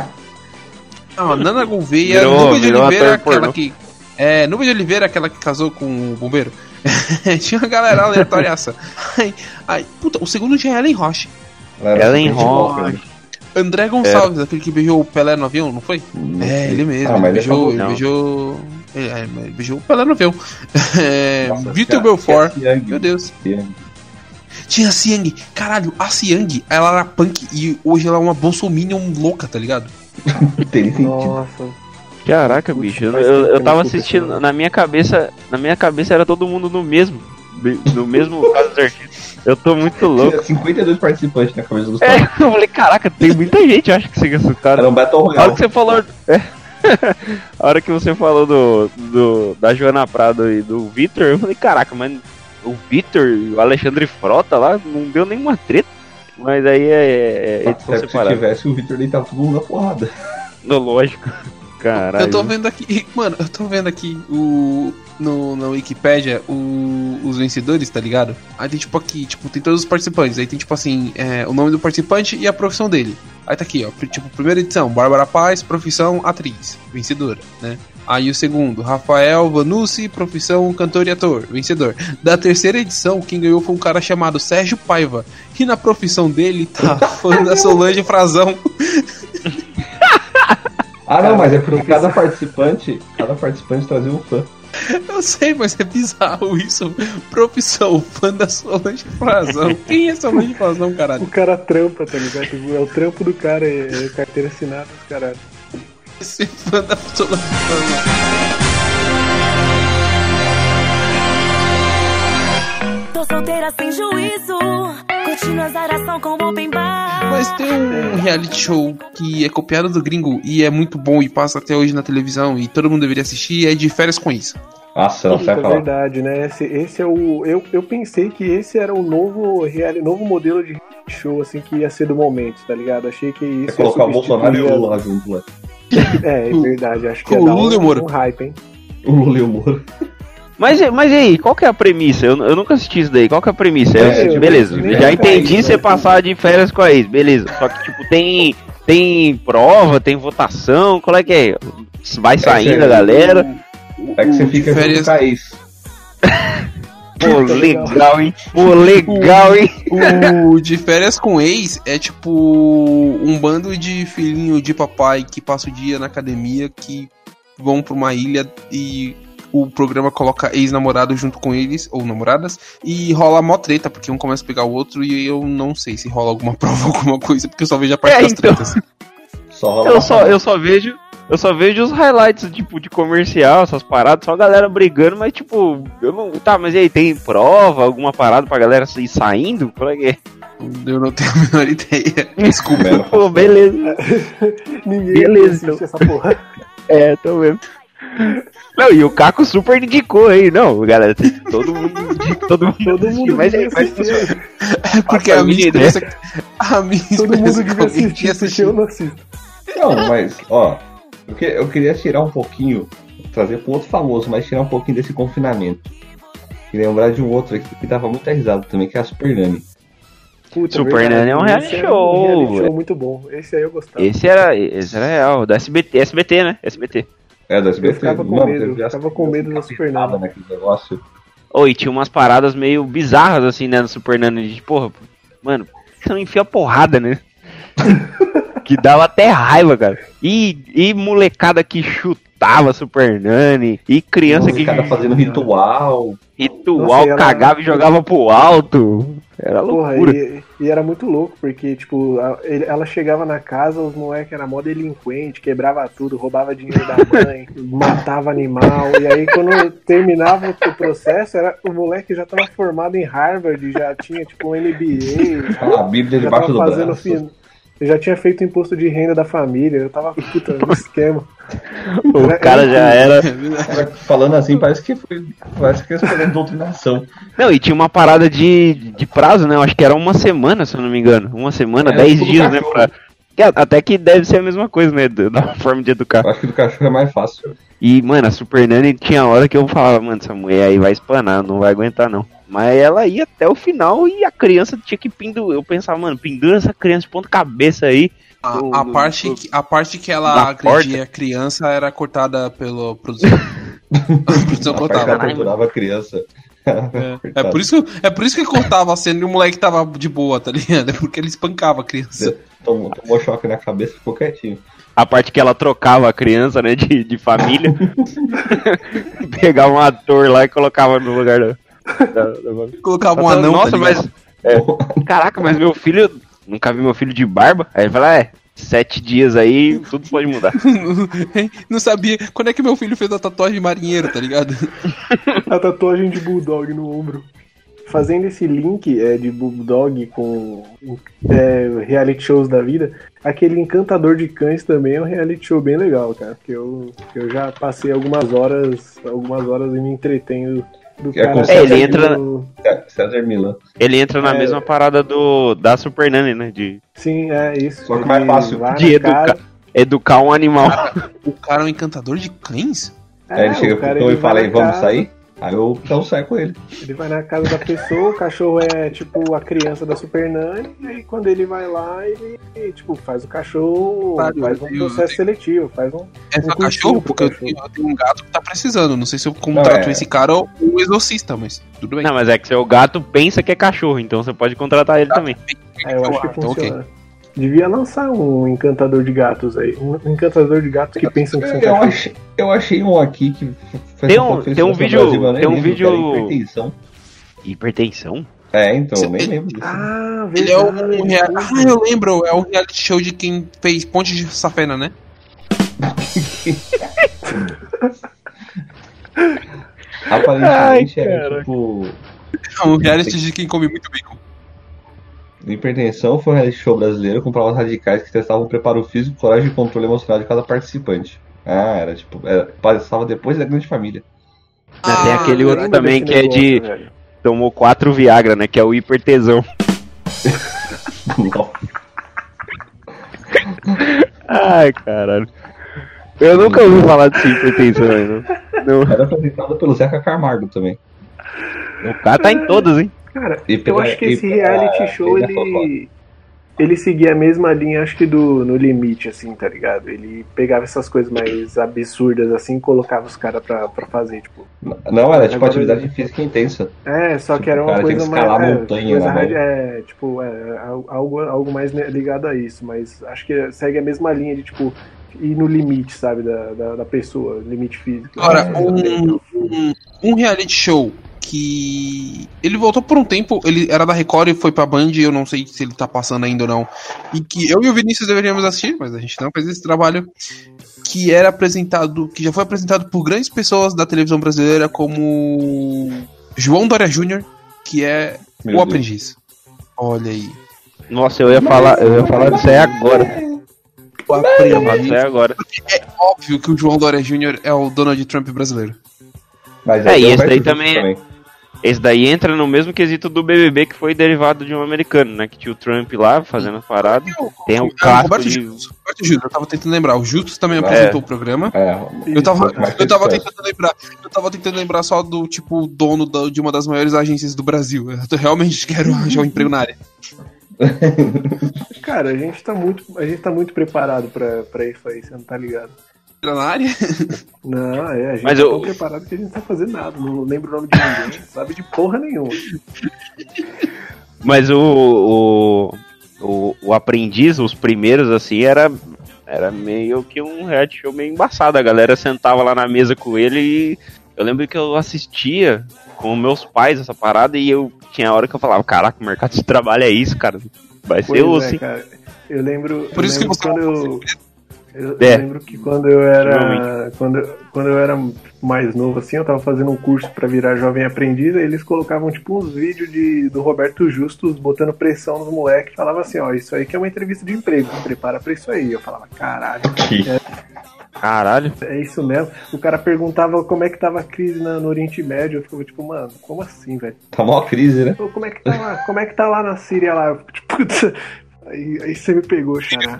a Nana Gouveia, Virou- Nubia de virou Oliveira, ator pornô. aquela que. É, Nubia de Oliveira, aquela que casou com o bombeiro. Tinha uma galera aleatóriaça. Aí, aí, puta, o segundo tinha Ellen Roche. Ela era Ellen assistente Roche. vocal, né? André Gonçalves, aquele que beijou o Pelé no avião, não foi? Não É, sei. ele mesmo. Ah, ele, mas é beijou, famoso. ele Não. beijou. É, é, ele beijou o Pelé no avião. É, Nossa, Vitor que- Belfort. que a Siang- Meu Deus. Siang. Tinha a Siang. Caralho, a Siang, ela era punk e hoje ela é uma bolsominion louca, tá ligado? Não tem sentido. Nossa. Caraca, Putz, bicho, eu, faz eu, tempo eu que tava eu não escuto assistindo, esse nome. na minha cabeça, na minha cabeça era todo mundo no mesmo, no mesmo Casa dos Artistas. Eu tô muito louco. Tinha cinquenta e dois participantes na cabeça dos É, caras. eu falei, caraca, tem muita gente, eu acho que siga esse cara. Era um Battle A hora Royale. que você falou. É. A hora que você falou do, do da Joana Prado e do Vitor, eu falei, caraca, mas o Vitor e o Alexandre Frota lá não deu nenhuma treta. Mas aí é, é, é edição Até que se separada. tivesse, o Victor deitava todo mundo na porrada. No, lógico. Caralho. Eu tô vendo aqui, mano, eu tô vendo aqui o. No, na Wikipédia o- os vencedores, tá ligado? Aí tem tipo aqui, tipo, tem todos os participantes. Aí tem tipo assim, é, o nome do participante e a profissão dele. Aí tá aqui, ó, pr- tipo, primeira edição, Bárbara Paz, profissão atriz, vencedora, né? Aí o segundo, Rafael Vanucci, profissão cantor e ator, vencedor. Da terceira edição, quem ganhou foi um cara chamado Sérgio Paiva. E na profissão dele tá fã da Solange Frazão. Ah, não, mas é porque cada participante, cada participante trazia um fã. Eu sei, mas é bizarro isso. Profissão, fã da Solange Frazão. Quem é Solange Frazão, caralho? O cara trampa, tá ligado? Tipo, é o trampo do cara, é, é carteira assinada dos caralho. Esse fã da Solange Frazão. Tô solteira sem juízo, curtindo a zaração com open bar. Mas tem um reality show que é copiado do gringo e é muito bom e passa até hoje na televisão e todo mundo deveria assistir, é De Férias com Isso. Nossa, não Puta, sai é falar. verdade, né? Esse, esse é o. Eu, eu pensei que esse era o novo, real, novo modelo de show, assim, que ia ser do momento, tá ligado? Achei que isso. É ia colocar o Bolsonaro e o substituir Lula lá junto lá. a- É, é verdade. Acho que Com ia o dar Lula e o um, Moro. um hype, hein? O Lula e o Moro. Mas, mas e aí, qual que é a premissa? Eu, eu nunca assisti isso daí. Qual que é a premissa? É, Eu- eu beleza, nem já sei entendi isso, você né? passar de férias com a ex, beleza. Só que, tipo, tem, tem prova, tem votação, qual é que é? Vai saindo a é- galera. É que você O de fica junto férias- com a ex. Pô, legal, hein? Pô, legal, hein? O de férias com ex é tipo um bando de filhinho de papai que passa o dia na academia, que vão pra uma ilha e o programa coloca ex-namorado junto com eles, ou namoradas, e rola mó treta, porque um começa a pegar o outro e eu não sei se rola alguma prova, alguma coisa, porque eu só vejo a parte É, das então. tretas. Só rola Eu uma só, eu só vejo. Eu só vejo os highlights, tipo, de comercial, essas paradas, só a galera brigando, mas tipo, eu não. Tá, mas e aí, tem prova, alguma parada pra galera ir saindo? Qual é que é? Eu não tenho a menor ideia. Desculpa. Mero Pô, pastel. beleza. Ninguém Beleza, assiste essa porra. É, tô vendo. Não, e o Caco super indicou aí, não, galera, todo mundo indica, todo mundo, Todo assiste, mundo mas aí, devia mas assistir. É porque Passa a a minha minha experiência. A minha Todo mundo experiência devia com alguém assistir, tinha porque eu não assisto. Não, mas, ó, eu, que- eu queria tirar um pouquinho, trazer pro outro famoso, mas tirar um pouquinho desse confinamento. E lembrar de um outro aqui que dava muita risada também, que é a Super Nani. Puta, Super verdade. Nani é um reality Esse era show, Um reality velho. show muito bom. Esse aí eu gostava. Esse era, esse era real, da S B T, S B T, né? S B T. É, da S B T. Eu ficava com Mano, medo, teve eu as- ficava com medo da Super Nani. naquele negócio. Oi, tinha umas paradas meio bizarras assim, né, no Super Nani, de porra, mano, você não enfia porrada, né? Que dava até raiva, cara. E, e molecada que chutava Super Nani, e criança Os que caras fazendo ritual. ritual, Nossa, e ela- cagava e jogava pro alto. Era Porra, loucura. e, e era muito louco, porque, tipo, a- ele- ela chegava na casa, os moleques eram mó delinquente, quebrava tudo, roubava dinheiro da mãe, matava animal, e aí quando terminava o processo, era, o moleque já tava formado em Harvard, já tinha, tipo, um M B A, A Bíblia já debaixo tava do fazendo braço. fin... eu já tinha feito imposto de renda da família, eu tava, puta, no esquema. O cara já era. Cara, falando assim, parece que foi. Parece que eles fizeram doutrinação. Não, e tinha uma parada de, de prazo, né? Eu acho que era uma semana, se eu não me engano. Uma semana, É, dez tipo do dias, né? cachorro. Pra... que até que deve ser a mesma coisa, né? do- Da forma de educar. Eu acho que do cachorro é mais fácil. E, mano, a Super Nani tinha hora que eu falava, mano, essa mulher aí vai espanar, não vai aguentar não. Mas ela ia até o final e a criança tinha que pendurar. Eu pensava, mano, pendura essa criança de ponta cabeça aí. A, No- a no- parte, no- que- a parte que ela na agredia a criança era cortada pelo produção. A produção A parte que cortava. ela torturava a criança. É por, isso, é por isso que cortava a cena e o moleque tava de boa, tá ligado? É porque ele espancava a criança. Tomou, tomou choque na cabeça e ficou quietinho. A parte que ela trocava a criança, né, de, de família. Pegava um ator lá e colocava no lugar da. da, da... Colocava um anão. Nossa, tá mas. ligado? é, caraca, mas meu filho. Nunca vi meu filho de barba. Aí ele fala, é, sete dias aí, tudo pode mudar. Não sabia. Quando é que meu filho fez a tatuagem de marinheiro, tá ligado? A tatuagem de Bulldog no ombro. Fazendo esse link é, de Bulldog com é, reality shows da vida, aquele Encantador de Cães também é um reality show bem legal, cara. Porque eu, eu já passei algumas horas, algumas horas e me entretenho do É cara. com- É, ele entra- no- É, César Milan. Ele entra na É. mesma parada do da Super Nani, né? De Sim, é isso. Só que mais Ele fácil vai de na educar. casa- educar um animal. O cara é um encantador de cães? Aí ele É, chega o pro cara, Tom ele e fala vai aí, na vamos casa- sair? Aí eu então saio com ele. Ele vai na casa da pessoa, o cachorro é tipo a criança da Super Nani, e aí quando ele vai lá, ele tipo, faz o cachorro, Claro, faz um eu- processo seletivo, faz um. É só Um cachorro? cursinho pro Porque eu cachorro. tenho, eu tenho um gato que tá precisando. Não sei se eu Não, contrato é. esse cara ou o exorcista, mas tudo bem. Não, mas é que seu gato pensa que é cachorro, então você pode contratar ele também. É, eu acho que Então, ok. funciona. Devia lançar um encantador de gatos aí. Um encantador de gatos que pensam que são Eu cachorros. achei, eu achei um aqui que fez Tem um- fez tem um sucesso no vídeo- Brasil, eu nem tem um lembro, vídeo- que era hipertensão. Hipertensão? É, então, eu Você- nem lembro disso. Ah, Ele é um, verdade. um rea- Ah, eu lembro. É um reality show de quem fez Ponte de Safena, né? Aparentemente Ai, é cara. tipo. É um reality de quem come muito bacon. Hipertensão foi um reality show brasileiro com provas radicais que testavam o preparo físico, coragem e controle emocional de cada participante. Ah, era tipo. Era, passava depois da grande família. Ah, tem aquele Eu outro lembro também desse que é negócio, de. velho. Tomou quatro Viagra, né? Que é o hipertesão. Ai, caralho. Eu nunca ouvi falar desse hipertensão aí, não. Não. Era apresentado pelo Zeca Camargo também. O cara tá em todas, hein? Cara, E eu pela- acho que e esse pela- reality show, ele é ele... Ele seguia a mesma linha, acho que do No Limite, assim, tá ligado? Ele pegava essas coisas mais absurdas, assim, e colocava os caras pra, pra fazer, tipo... Não, era tipo Agora- atividade física intensa. É, só Tipo, que era o uma cara tinha coisa que escalar mais... a montanha, é, coisa né, radi- velho? é, tipo, é, algo, algo mais ligado a isso, mas acho que segue a mesma linha de, tipo, ir no limite, sabe, da, da, da pessoa, limite físico. Agora, É, um, um, um reality show que ele voltou por um tempo, ele era da Record e foi pra Band, eu não sei se ele tá passando ainda ou não, e que eu e o Vinícius deveríamos assistir, mas a gente não fez esse trabalho, que era apresentado, que já foi apresentado por grandes pessoas da televisão brasileira, como João Dória Júnior, que é Meu o Deus. Aprendiz. Olha aí. Nossa, eu ia falar, eu ia falar disso aí agora. O Eu ia falar disso Aprendiz. aí agora. É óbvio que o João Dória Júnior é o Donald Trump brasileiro. Mas É, aí e é o esse daí Roberto também- Justus Esse daí entra no mesmo quesito do B B B, que foi derivado de um americano, né? Que tinha o Trump lá fazendo a parada. Tem o É, clássico Roberto de... Justus. Roberto Justus, eu tava tentando lembrar. O Justus também É. apresentou o programa. É, Eu tava, Isso, mas eu tava sucesso. tentando lembrar. Eu tava tentando lembrar só do tipo dono da- de uma das maiores agências do Brasil. Eu realmente quero arranjar um emprego na área. Cara, a gente tá muito, a gente tá muito preparado pra, pra isso aí, você não tá ligado? Na área? Não, é, a gente Mas tá eu- tão preparado que a gente não tá fazendo nada, não lembra o nome de ninguém, não sabe de porra nenhuma. Mas o, o, o, o Aprendiz, os primeiros, assim, era, era meio que um reality show meio embaçado. A galera sentava lá na mesa com ele e eu lembro que eu assistia com meus pais essa parada e eu tinha hora que eu falava, caraca, o mercado de trabalho é isso, cara. Vai ser Pois osso, é, hein? cara. Eu lembro, Por eu isso que lembro você quando eu, eu, É. eu lembro que quando eu era quando, eu- quando eu era mais novo assim, eu tava fazendo um curso pra virar jovem aprendiz, aí eles colocavam tipo uns vídeos de do Roberto Justus botando pressão nos moleques, falava assim, ó, isso aí que é uma entrevista de emprego, se prepara pra isso aí. Eu falava, caralho, Que- Caralho. é isso mesmo. O cara perguntava como é que tava a crise na- no Oriente Médio, eu ficava tipo, mano, como assim, velho? Tá mó crise, né? Pô, como é que tá lá? Como é que tá lá na Síria lá? Eu fico, tipo, putz, aí, aí você me pegou, xará.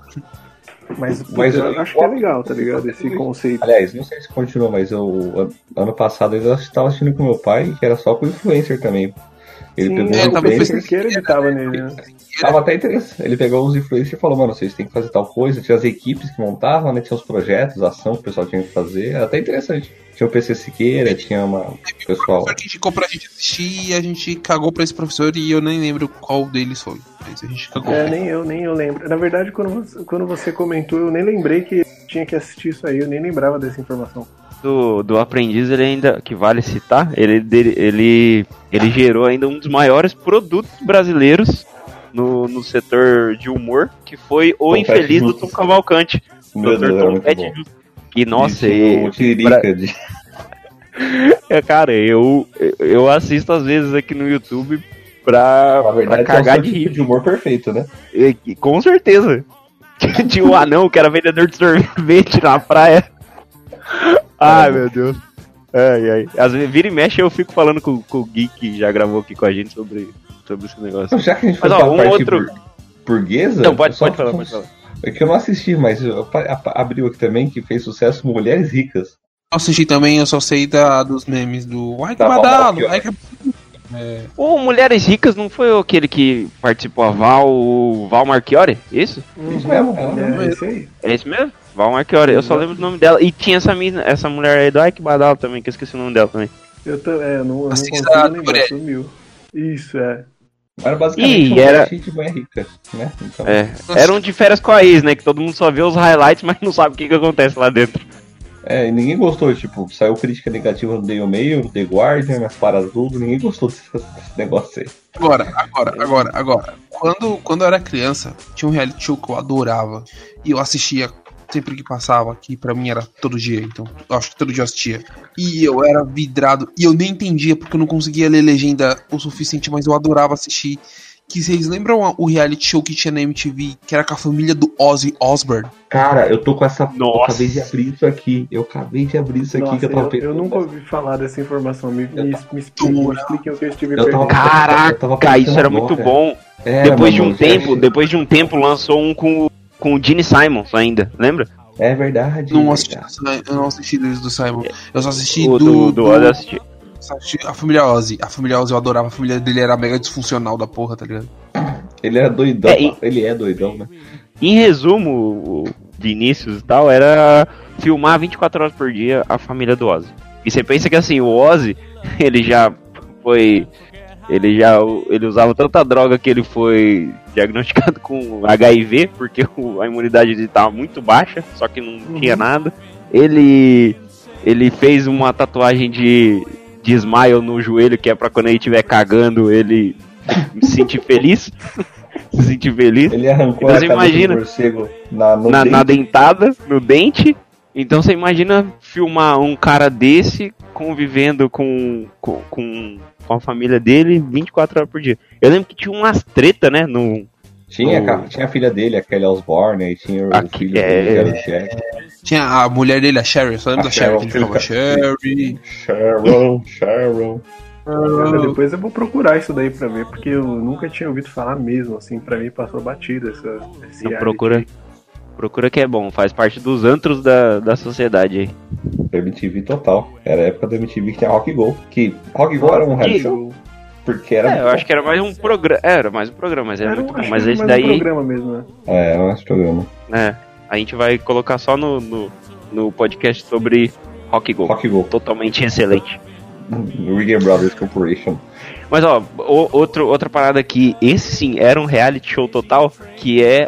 Mas, putz, Mas eu eu- acho que é legal, tá ligado? Esse conceito. Aliás, não sei se continua, mas eu an- ano passado eu estava assistindo com meu pai, que era só com influencer também. Ele Sim, pegou é, uns tava o influencers, Siqueira ele tava nele, né? tava até interessante. Ele pegou uns influencers e falou, mano, vocês têm que fazer tal coisa. Tinha as equipes que montavam, né? Tinha os projetos, a ação que o pessoal tinha que fazer. Era até interessante. Tinha o P C Siqueira, tinha uma o pessoal. Professor que indicou pra gente assistir e a gente cagou pra esse professor e eu nem lembro qual deles foi. Mas a gente cagou. É, nem eu, nem eu lembro. Na verdade, quando você, quando você comentou, eu nem lembrei que tinha que assistir isso aí, eu nem lembrava dessa informação. Do, do Aprendiz, ele ainda, que vale citar, ele, dele- ele, ele gerou ainda um dos maiores produtos brasileiros no, no setor de humor, que foi O Tom Infeliz Pet do Justus. Tom Cavalcante. Meu doutor Deus, era Tom muito Pet bom. Justus. E nossa, E tinha e, o Tiririca de... é, cara, eu, eu assisto às vezes aqui no YouTube pra, Na verdade, pra cagar é um de tipo rir. de humor perfeito, né? E- e com certeza. Tinha um anão que era vendedor de sorvete na praia. Ai, meu Deus. Ai, ai. Às vezes, vira e mexe, eu fico falando com, com o Gui, que já gravou aqui com a gente sobre, sobre esse negócio. Então, já que a gente foi Mas, ó, pra um parte outro- bur- burguesa... Não, pode, só- pode falar, pode falar. É que eu não assisti, mas eu, a- a- abriu aqui também, que fez sucesso Mulheres Ricas. Eu assisti também, eu só sei da, dos memes do. Ai que Tá bom, badalo! aqui, ó. Ai que. O Mulheres Ricas não foi aquele que participou a Val, o Val Marchiori? Isso? Isso mesmo, ela mesmo. É, isso aí. É isso mesmo? Val Marchiori, eu só lembro do nome dela. E tinha essa, mina, essa mulher aí do Ai que Badalo também, que eu esqueci o nome dela também. Eu, tô, é, eu não, eu não Assim, consigo da- lembrar, sumiu. Isso, é. Era basicamente Ih, um era- era... de mulher rica, né? Então, É, era um de férias com a ex, né? Que todo mundo só vê os highlights, mas não sabe o que, que acontece lá dentro. é, e ninguém gostou, tipo, saiu crítica negativa no Daily Mail, no The Guardian, nas paradas tudo, ninguém gostou desse, desse negócio aí. Agora, agora, agora, agora. Quando, quando eu era criança, tinha um reality show que eu adorava. E eu assistia sempre que passava, que pra mim era todo dia, então eu acho que todo dia eu assistia. E eu era vidrado, e eu nem entendia porque eu não conseguia ler legenda o suficiente, mas eu adorava assistir. Que vocês lembram o reality show que tinha na M T V, que era com a família do Ozzy Osbourne? Cara, eu tô com essa... Eu Nossa. acabei de abrir isso aqui, eu acabei de abrir isso aqui Nossa, que eu tava eu, pensando. eu nunca ouvi falar dessa informação. Me, me, me, expliquem, me expliquem o que eu estive Eu tava- perdendo. eu tava Caraca, isso pensando era agora. muito bom. Era, Depois de mano, um já tempo, achei- depois de um tempo lançou um com, o- com o Gene Simons ainda, lembra? É verdade. Não é assisti, verdade. eu não assisti dos do Simon. Eu só assisti O do. do, do Ozzy eu assisti. só assisti a família Ozzy. A família Ozzy eu adorava. A família dele era mega disfuncional da porra, tá ligado? Ele era doidão, É, e- ele é doidão, né? Em resumo, o Vinícius e tal, era filmar vinte e quatro horas por dia a família do Ozzy. E você pensa que assim, o Ozzy, ele já foi... Ele já ele usava tanta droga que ele foi diagnosticado com H I V, porque o- a imunidade dele estava muito baixa, só que não Uhum. tinha nada. Ele, ele fez uma tatuagem de, de smile no joelho, que é pra quando ele estiver cagando, ele se sentir feliz. se sentir feliz. Ele arrancou Então a você cabeça imagina- do morcego na, no na, dente. na dentada, no dente. Então você imagina filmar um cara desse convivendo com, com, com, com a família dele vinte e quatro horas por dia. Eu lembro que tinha umas treta, né? No, Tinha, o- ca- tinha a filha dele, a Kelly Osbourne, aí tinha o Aqui- filho é- dele, que era o Jack. Tinha a mulher dele, a Sherry. Eu só lembro A da Sherry. Que ele Cheryl, falava Sherry. Sharon, Sharon. Cara, depois eu vou procurar isso daí pra ver, porque eu nunca tinha ouvido falar mesmo, assim, pra mim passou batido essa, esse Não, reality. procura, procura que é bom, faz parte dos antros da, da sociedade aí. M T V total. Era a época da M T V que tinha Rock Go. Que Rock Go era um reality show, porque era... É, eu acho que era mais um programa. Era mais um programa, mas era, Era um, muito bom. acho Mas que era esse mais um daí, programa mesmo, né? É, era esse programa. né? A gente vai colocar só no, no, no podcast sobre Rock Go. Rock Go. Totalmente excelente. Rigger Brothers Corporation. Mas ó, o- outro, outra parada aqui, esse sim era um reality show total, que é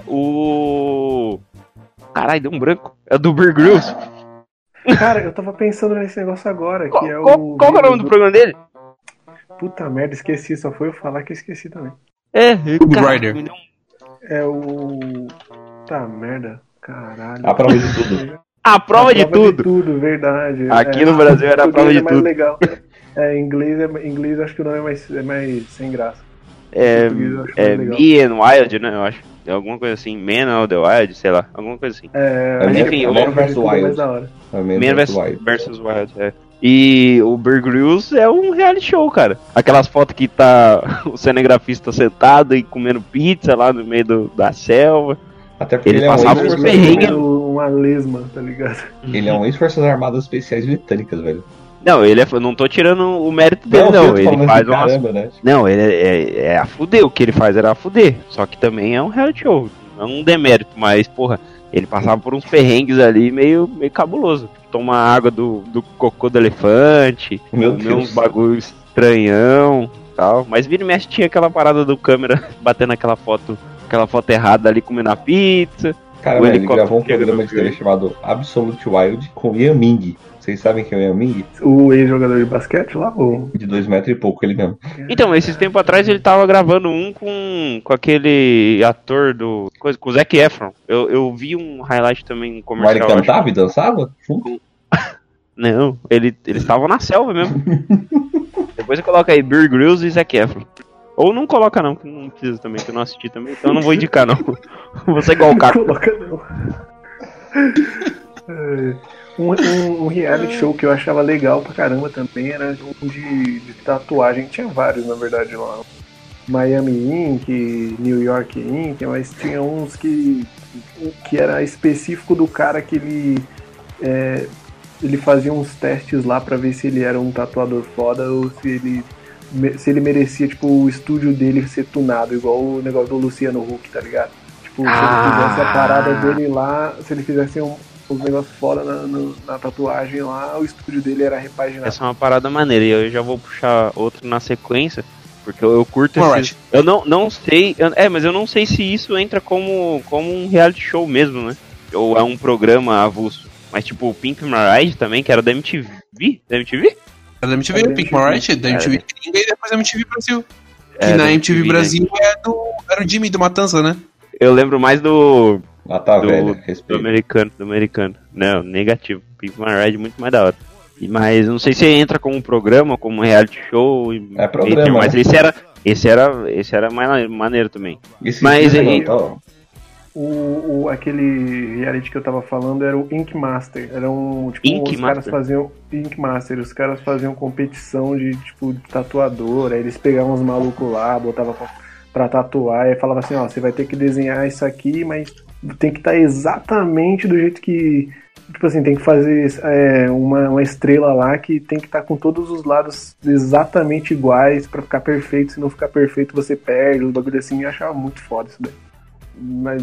o. Caralho, deu um branco. É o do Bear Grylls. Cara, eu tava pensando nesse negócio agora, que Qual, é o... qual, qual que é o nome do programa dele? Puta merda, esqueci, só foi eu falar que eu esqueci também. É, Scooby cara, Rider. me deu um- É o... Puta merda, caralho. A prova de tudo. A prova, A de tudo. tudo, verdade. Aqui É, no Brasil era a em prova português de é mais tudo. legal. É, em inglês, é, em inglês acho que o nome é mais, é mais sem graça. É, português eu acho é mais legal. Me and Wild, né? Eu acho. É alguma coisa assim. Man of the Wild, sei lá. Alguma coisa assim. É, Mas acho enfim, que o a Man prova de versus tudo é Wild. mais da hora. Man versus. versus Wild, é. E o Bear Grylls é um reality show, cara. Aquelas fotos que tá o cinegrafista sentado e comendo pizza lá no meio do, da selva. Até porque Ele ele, é um passava uns ex-forças perrengues. armadas- Comendo uma lesma, tá ligado? ele é um ex-forças armadas especiais britânicas, velho. Não, ele é, eu não tô tirando o mérito dele, eu não. tô Ele falando faz de umas. caramba, né? Não, ele é, é, é a fuder. O que ele faz era a fuder. Só que também é um reality show. Não um demérito, mas, porra, ele passava por uns perrengues ali meio, meio cabuloso. Tomar água do, do cocô do elefante, Meu comer Deus. uns bagulho estranhão tal. Mas vira e mexe tinha aquela parada do câmera batendo aquela foto, aquela foto errada ali comendo a pizza. Cara, O mas ele helicóptero gravou um chega programa no de T V chamado Absolute Wild com Ian Ming. Vocês sabem quem é o Ian Ming? O ex-jogador de basquete lá, o... De dois metros e pouco, ele mesmo. Então, esses tempos atrás ele tava gravando um com, com aquele ator do. Coisa, com o Zac Efron. Eu, eu vi um highlight também, um Mas comercial. ele acho. cantava e dançava? Junto? Não, ele, eles estavam na selva mesmo. Depois você coloca aí Bear Grylls e Zac Efron. Ou não coloca não, que não precisa também, que eu não assisti também, então eu não vou indicar não. Vou ser igual o Caco. Coloca não. É, Um, um, um reality show que eu achava legal pra caramba também era um de, de tatuagem. Tinha vários, na verdade, lá. Miami Ink, New York Ink, mas tinha uns que, que era específico do cara que ele, é, ele fazia uns testes lá pra ver se ele era um tatuador foda ou se ele, se ele merecia, tipo, o estúdio dele ser tunado, igual o negócio do Luciano Huck, tá ligado? Tipo, se Ah. ele fizesse a parada dele lá, se ele fizesse um, os negócios foda na, no- na tatuagem lá, o estúdio dele era repaginado. Essa é uma parada maneira, e eu já vou puxar outro na sequência, porque eu, eu curto Alright. esses... Eu não, não sei... eu- é, mas eu não sei se isso entra como, como um reality show mesmo, né? Ou é um programa avulso. Mas tipo, o Pimp My Ride também, que era da M T V? Da M T V? Era da M T V, Era da Pink M T V. Marite, da M T V Gringa e depois da M T V Brasil. Que É, na da M T V né? Brasil é do, era o Jimmy do Matanza, né? Eu lembro mais do... Ah, tá, do, velho. do Respeito. americano, do americano. Não, negativo. Pimp My Ride muito mais da hora. E- Mas não sei se entra como um programa, como um reality show. e- É programa, Mas né? esse era, esse era, esse era mais maneiro também. Esse Mas filme, aí- não, tá, ó. O, o- aquele reality que eu tava falando era o Ink Master. Era um, tipo, Ink os caras Master? faziam Ink Master, os caras faziam competição de tipo de tatuador, aí eles pegavam uns malucos lá, botavam pra, pra tatuar e falava assim, ó, você vai ter que desenhar isso aqui, mas tem que estar exatamente do jeito que... Tipo assim, tem que fazer é, uma, uma estrela lá que tem que estar com todos os lados exatamente iguais pra ficar perfeito. Se não ficar perfeito, você perde. O bagulho assim, eu achava muito foda isso daí. Mas,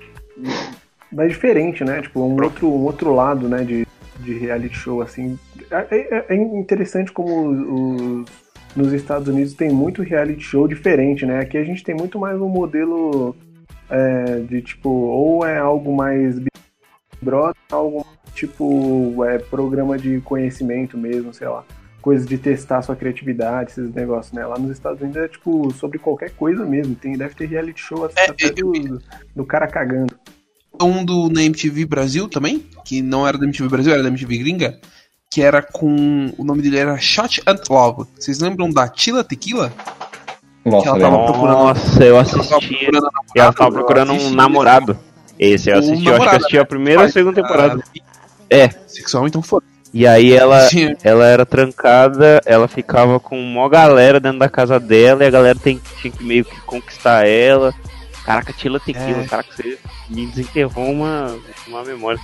mas diferente, né? Tipo, um outro, um outro lado, né, de, de reality show, assim. É, é, é interessante como os, nos Estados Unidos tem muito reality show diferente, né? Aqui a gente tem muito mais um modelo é, de, tipo, ou é algo mais Big Brother, algo tipo é, programa de conhecimento mesmo, sei lá. Coisas de testar sua criatividade, esses negócios, né? Lá nos Estados Unidos é, tipo, sobre qualquer coisa mesmo. Tem, deve ter reality show até, É, até eu- do, do cara cagando. Um do na M T V Brasil também, que não era da M T V Brasil, era da M T V gringa, que era com... O nome dele era Shot and Love. Vocês lembram da Tila Tequila? Nossa, ela lembra? tava procurando- Nossa, eu Ela tava assisti. procurando E ela tava eu procurando um assisti. namorado. Esse eu Um assisti, eu acho que eu namorado, assisti a primeira ou a segunda temporada. Ah, É. Sexual, então foda. E aí ela, Tinha- ela era trancada, ela ficava com uma galera dentro da casa dela e a galera tem, tinha que meio que conquistar ela. Caraca, Tila Tequila, É. caraca, você me desenterrou uma, uma memória.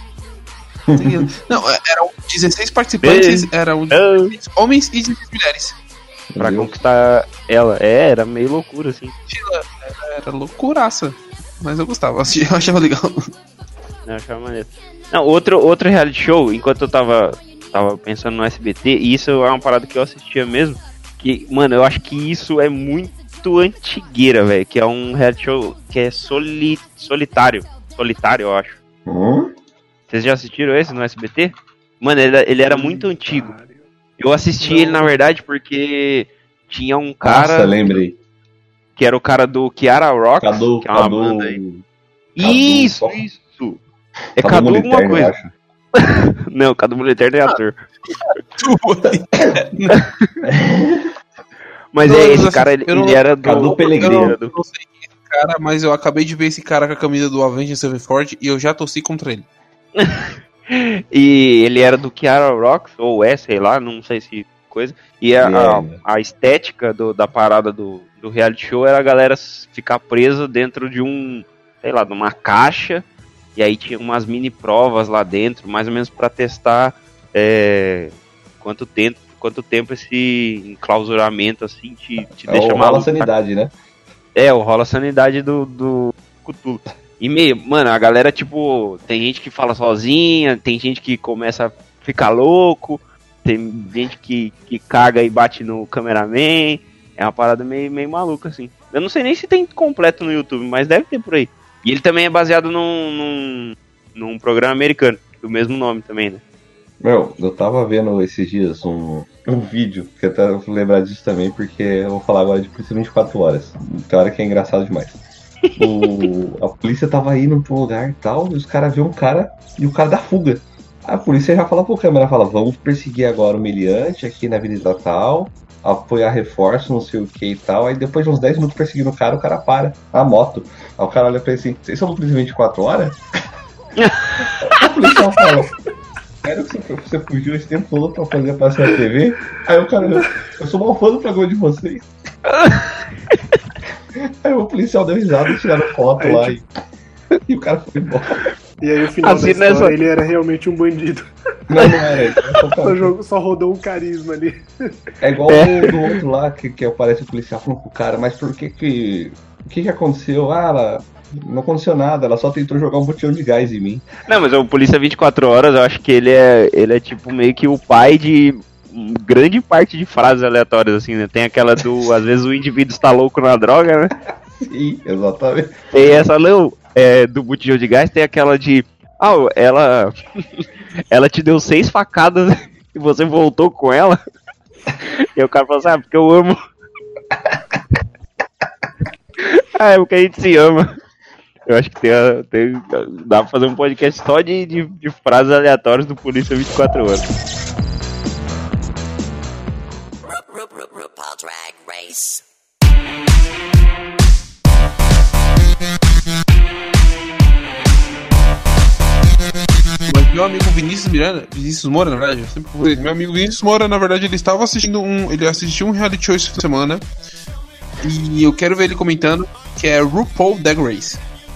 Não, eram dezesseis participantes, eram dezesseis homens e dezesseis mulheres. Pra Meu Deus. conquistar ela. É, era meio loucura, assim. Tila era loucuraça. Mas eu gostava, eu achava legal. Eu achava maneiro. Não, outro, outro reality show, enquanto eu tava, tava pensando no S B T, e isso é uma parada que eu assistia mesmo, que, mano, eu acho que isso é muito antigueira, velho, que é um reality show que é soli, solitário, solitário, eu acho. Hum? Vocês já assistiram esse no S B T? Mano, ele, ele era muito antigo. Eu assisti ele, na verdade, porque tinha um cara Nossa, lembrei. que era o cara do Kiara Rock, Cadu, que é uma Cadu, banda aí. Cadu, Isso, só- isso. É Cadu alguma Moliterno, eu coisa. acho. Não, Cadu Moliterno é ator. Mas Não, é, eu esse não- cara, ele, eu não- ele era do... Cadu Pellegrini. Eu ele não, era do- não sei quem é esse cara, mas eu acabei de ver esse cara com a camisa do Avenged Sevenfold e eu já torci contra ele. E ele era do Kiara Rocks, ou é, sei lá, não sei se coisa. E a, a, a estética do, da parada do, do reality show era a galera ficar presa dentro de um, sei lá, de uma caixa. E aí tinha umas mini provas lá dentro, mais ou menos pra testar é, quanto tempo, quanto tempo esse enclausuramento assim te, te É deixa o rola maluco. sanidade, né? É, o rola sanidade do, do Cthulhu. E meio, mano, a galera, tipo, tem gente que fala sozinha, tem gente que começa a ficar louco, tem gente que, que caga e bate no cameraman. É uma parada meio, meio maluca, assim. Eu não sei nem se tem completo no YouTube, mas deve ter por aí. E ele também é baseado num, num, num programa americano, do mesmo nome também, né? Meu, eu tava vendo esses dias um, um vídeo, que até eu vou lembrar disso também, porque eu vou falar agora de Polícia vinte e quatro horas. Tem hora que é engraçado demais. O, a polícia tava indo pra um lugar e tal, e os caras viram um cara, e o cara dá fuga. A polícia já fala pro câmera, fala, vamos perseguir agora o meliante aqui na avenida tal, apoiar reforço, não sei o que e tal. Aí depois de uns dez minutos perseguindo o cara, o cara para, a moto. Aí o cara olha pra ele assim, vocês são do Polícia vinte e quatro horas? A polícia fala, sério que você, você fugiu esse tempo todo pra fazer passar na T V? Aí o cara, eu, eu sou mal fã do programa de vocês. Aí o policial deu risada, tiraram foto Aí, lá e, e o cara foi embora. E aí o final Assim, da história, nessa- ele era realmente um bandido. Não, não era isso. Só, jogou, só rodou um carisma ali. É igual o do outro lá, que, que aparece o policial falando pro cara, mas por que que... O que que aconteceu? Ah, ela... Não aconteceu nada, ela só tentou jogar um botão de gás em mim. Não, mas o Polícia vinte e quatro horas, eu acho que ele é, ele é tipo meio que o pai de grande parte de frases aleatórias, assim, né? Tem aquela do, às vezes o indivíduo está louco na droga, né? Sim, exatamente. Tem essa, não, é, do botijão de gás, tem aquela de, ah, ela, ela te deu seis facadas e você voltou com ela. E o cara falou assim, ah, porque eu amo. Ah, é porque a gente se ama. Eu acho que tem, a- tem, dá pra fazer um podcast só de, de, de frases aleatórias do Polícia vinte e quatro horas. RuPaul Drag Race. Mas meu amigo Vinícius Miranda, Vinícius Moura, na verdade, eu sempre falei, meu amigo Vinícius Moura, na verdade, ele estava assistindo um, ele assistiu um reality show essa semana, e eu quero ver ele comentando, que é RuPaul Drag Race.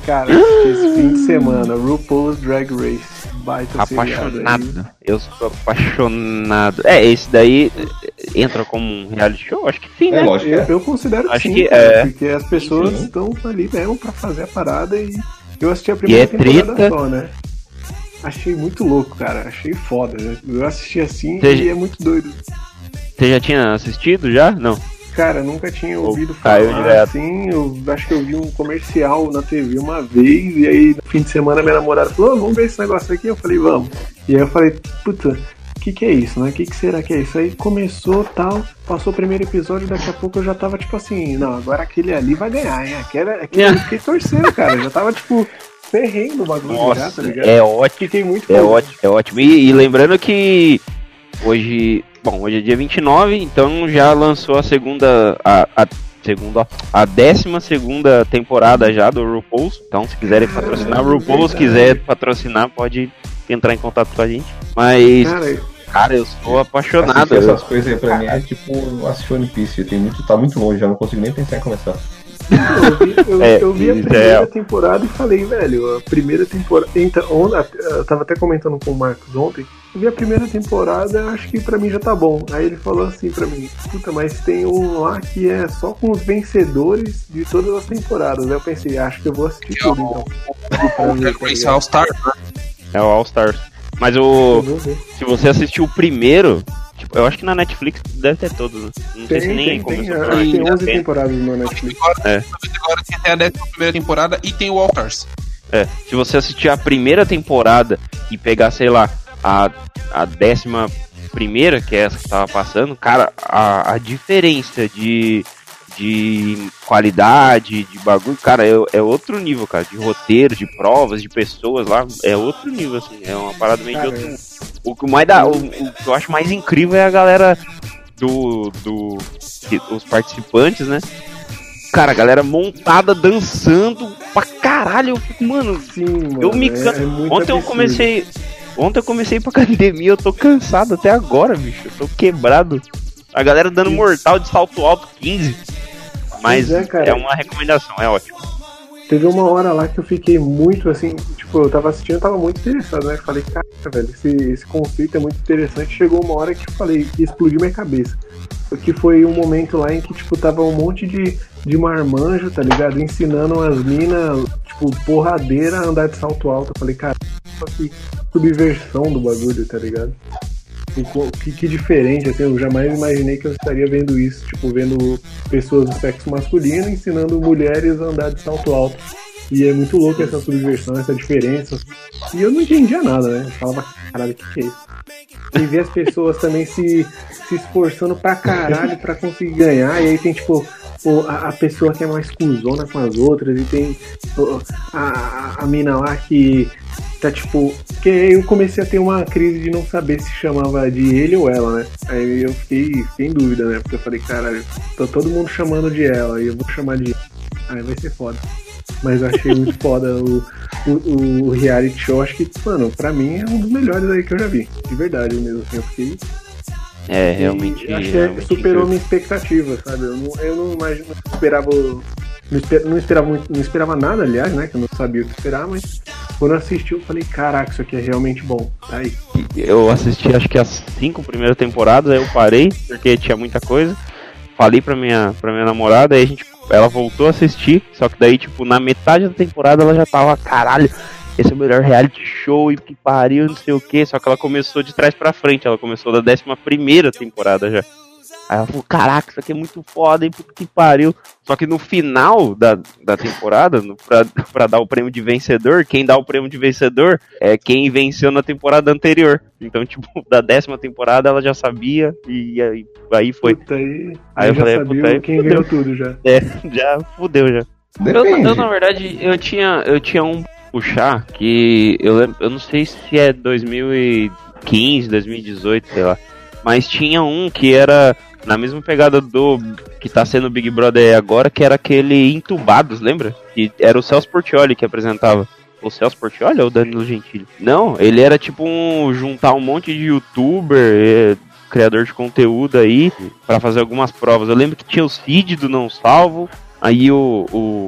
Cara, esse fim de semana, RuPaul's Drag Race. Baita apaixonado. Eu sou apaixonado. É, esse daí entra como um reality show? Acho que sim, né? É, lógico. Eu, eu considero Acho sim, que cara, é. porque as pessoas Sim. estão ali mesmo pra fazer a parada e eu assisti a primeira é temporada treta. só, né? Achei muito louco, cara. Achei foda, né? Eu assisti assim Seja- e é muito doido. Você já tinha assistido já? Não. Cara, eu nunca tinha ouvido caiu falar direto. assim. Eu acho que eu vi um comercial na T V uma vez. E aí, no fim de semana, minha namorada falou: oh, vamos ver esse negócio aqui. Eu falei: vamos. E aí eu falei: puta, o que, que é isso, né? O que, que será que é isso? Aí começou tal, passou o primeiro episódio. Daqui a pouco eu já tava tipo assim: não, agora aquele ali vai ganhar, hein? Aquele, aquele eu fiquei torcendo, cara. Já tava tipo ferrendo o bagulho já, Nossa, tá ligado? é ótimo. Fiquei muito É feliz. ótimo, é ótimo. E, e lembrando que hoje, bom, hoje é dia vinte e nove, então já lançou a segunda, a, a segunda, ó, a décima segunda temporada já do RuPaul's. Então, se quiserem patrocinar o RuPaul, se quiser patrocinar, pode entrar em contato com a gente. Mas, Cara, cara, eu sou apaixonado. Assistir Eu, essas coisas aí pra mim é tipo assistir One Piece. Tem muito, tá muito longe, já não consigo nem pensar em começar. Eu vi, eu, É, eu vi a isso primeira é. temporada e falei, velho, a primeira temporada. Então, on- eu tava até comentando com o Marcos ontem. Eu vi a primeira temporada, acho que pra mim já tá bom. Aí ele falou assim pra mim: puta, mas tem um lá que é só com os vencedores de todas as temporadas. Aí eu pensei: acho que eu vou assistir tudo então. Pra ver, Drag tá Race ligado? All Star. é o All Stars. Mas Eu o, vou ver. se você assistiu o primeiro, tipo, eu acho que na Netflix deve ter todos, né? Não sei Tem, se nem tem, tem. começou Acho por aí. que tem ainda onze tem. temporadas no Netflix. Agora, É. agora tem até a décima primeira temporada e tem o All Stars. É, se você assistir a primeira temporada e pegar, sei lá, a, a décima primeira, que é essa que tava passando, cara, a, a diferença de, de qualidade, de bagulho, cara, é, é outro nível, cara, de roteiro, de provas, de pessoas lá, é outro nível, assim, é uma parada meio Cara, de outro nível. O que mais dá, o, o que eu acho mais incrível é a galera do, do que- os participantes, né? Cara, a galera montada, dançando pra caralho, eu fico, mano, Sim, mano. eu me é- can... é muito Ontem eu absurdo. comecei. Ontem eu comecei pra academia, eu tô cansado até agora, bicho. Eu tô quebrado. A galera dando Isso. mortal de salto alto quinze. Mas Pois é, cara. é uma recomendação, é ótimo. Teve uma hora lá que eu fiquei muito assim, tipo, eu tava assistindo, eu tava muito interessado, né? Falei, cara, velho, esse, esse conceito é muito interessante. Chegou uma hora que eu falei, que explodiu minha cabeça. Que foi um momento lá em que, tipo, tava um monte de, de marmanjo, tá ligado? Ensinando as minas, tipo, porradeira a andar de salto alto. Eu falei, cara, só que subversão do bagulho, tá ligado? E co- Que, que diferente, assim, eu jamais imaginei que eu estaria vendo isso, tipo, vendo pessoas do sexo masculino ensinando mulheres a andar de salto alto. E é muito louco essa subversão, essa diferença. E eu não entendia nada, né? Eu falava, caralho, o que, que é isso? E ver as pessoas também se, se esforçando pra caralho pra conseguir ganhar. E aí tem, tipo, o- a, a pessoa que é mais cuzona com as outras. E tem o- a, a, a mina lá que tá, tipo... Que aí eu comecei a ter uma crise de não saber se chamava de ele ou ela, né? Aí eu fiquei, fiquei em dúvida, né? Porque eu falei, caralho, tá todo mundo chamando de ela e eu vou chamar de ele. Aí vai ser foda. Mas eu achei muito foda o, o, o reality show. Acho que, mano, pra mim é um dos melhores aí que eu já vi. De verdade mesmo, assim, eu fiquei... É, realmente. E acho que realmente superou incrível. minha expectativa, sabe? Eu não, eu não imagino, não esperava... Não, esper, não, esperava muito, não esperava nada, aliás, né? Que eu não sabia o que esperar, mas quando eu assisti eu falei, caraca, isso aqui é realmente bom. Tá aí. Eu assisti acho que as cinco primeiras temporadas, aí eu parei, porque tinha muita coisa. Falei pra minha, pra minha namorada, aí a gente, ela voltou a assistir, só que daí, tipo, na metade da temporada ela já tava, caralho, esse é o melhor reality show e que pariu, não sei o que. Só que ela começou de trás pra frente, ela começou da décima primeira temporada já. Aí ela falou, caraca, isso aqui é muito foda, hein, puta que pariu. Só que no final da, da temporada, no, pra, pra dar o prêmio de vencedor, quem dá o prêmio de vencedor é quem venceu na temporada anterior. Então, tipo, da décima temporada ela já sabia e aí, aí foi. Puta, aí, Aí eu já falei, sabia puta, aí quem fudeu. ganhou tudo já. É, já fudeu já. Eu, Depende. eu, na verdade, eu tinha, eu tinha um puxar que eu, lembro, eu não sei se é dois mil e quinze, dois mil e dezoito, sei lá. Mas tinha um que era na mesma pegada do que tá sendo o Big Brother agora, que era aquele Entubados, lembra? Que era o Celso Portiolli que apresentava. O Celso Portiolli ou o Danilo Gentili? Não, ele era tipo um juntar um monte de youtuber, é, criador de conteúdo aí, pra fazer algumas provas. Eu lembro que tinha o Cid do Não Salvo, aí o, o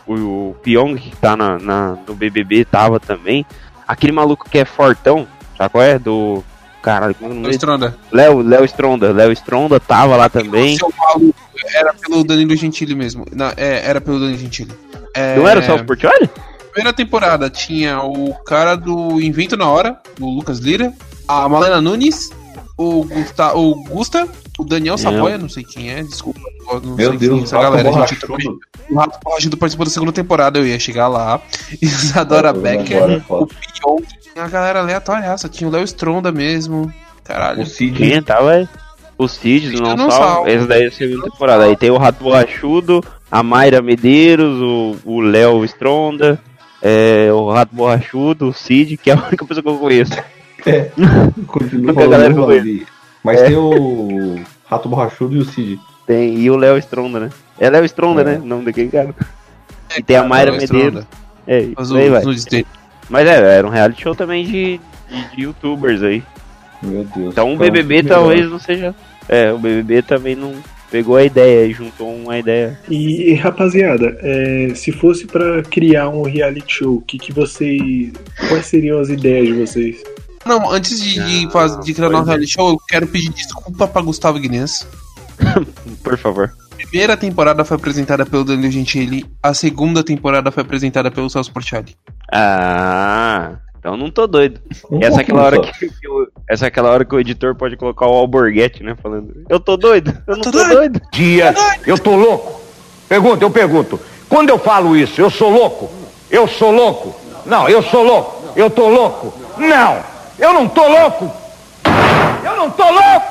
o Pyong, que tá na, na, no B B B, tava também. Aquele maluco que é fortão, sabe qual é? Do... Caralho, como é o nome Léo Stronda. Léo, Léo Stronda. Léo Stronda tava lá também. Era pelo Danilo Gentili mesmo. Não, é, era pelo Danilo Gentili. É... Não era o Celso Portiolli? Primeira temporada tinha o cara do Invento na Hora, o Lucas Lira, a Malena Nunes, o Gusta, o, Gusta, o Daniel Saboia, não sei quem é, desculpa. Não Meu sei Deus, quem é essa galera. Gente, o Rato Borrachudo participou da segunda temporada, eu ia chegar lá. Isadora Becker, agora, o Pion, tinha a galera aleatória, essa, tinha o Léo Stronda mesmo. Caralho. O Cid. Quem tava? O Cid, do Eu Não não Salvo. salvo. Essa daí é a segunda temporada. Aí tem o Rato Borrachudo, a Mayra Medeiros, o, o Léo Stronda, é, o Rato Borrachudo, o Cid, que é a única pessoa que eu conheço. É, continua Nunca a galera falando foi. ali. Mas tem o Rato Borrachudo e o Cid. Tem, e o Léo Stronda, né? É Léo Stronda, É. né? O nome daquele cara. E tem a Cara, Mayra Léo Medeiros. Stronda. É, Mas isso aí o- vai. os nudes dele. Mas é, era um reality show também de, de, de youtubers aí. Meu Deus. Então o B B B talvez não seja. É, o B B B também não pegou a ideia e juntou uma ideia. E, rapaziada, é, se fosse pra criar um reality show, o que, que vocês. Quais seriam as ideias de vocês? Não, antes de, de, Ah, fazer, de criar pois um reality show, eu quero pedir desculpa pra Gustavo Guinness. Por favor. A primeira temporada foi apresentada pelo Danilo Gentili, a segunda temporada foi apresentada pelo Celso Portiolli. Ah, então não tô doido. Um Essa é aquela hora pouquinho que, que o- essa é aquela hora que o editor pode colocar o Alborguete, né? Falando, eu tô doido, eu não tô tô, doido." doido. Dia, eu tô louco. Pergunta, eu pergunto. Quando eu falo isso, eu sou louco? Eu sou louco? Não, eu sou louco. Eu tô louco? Não, eu não tô louco. Eu não tô louco.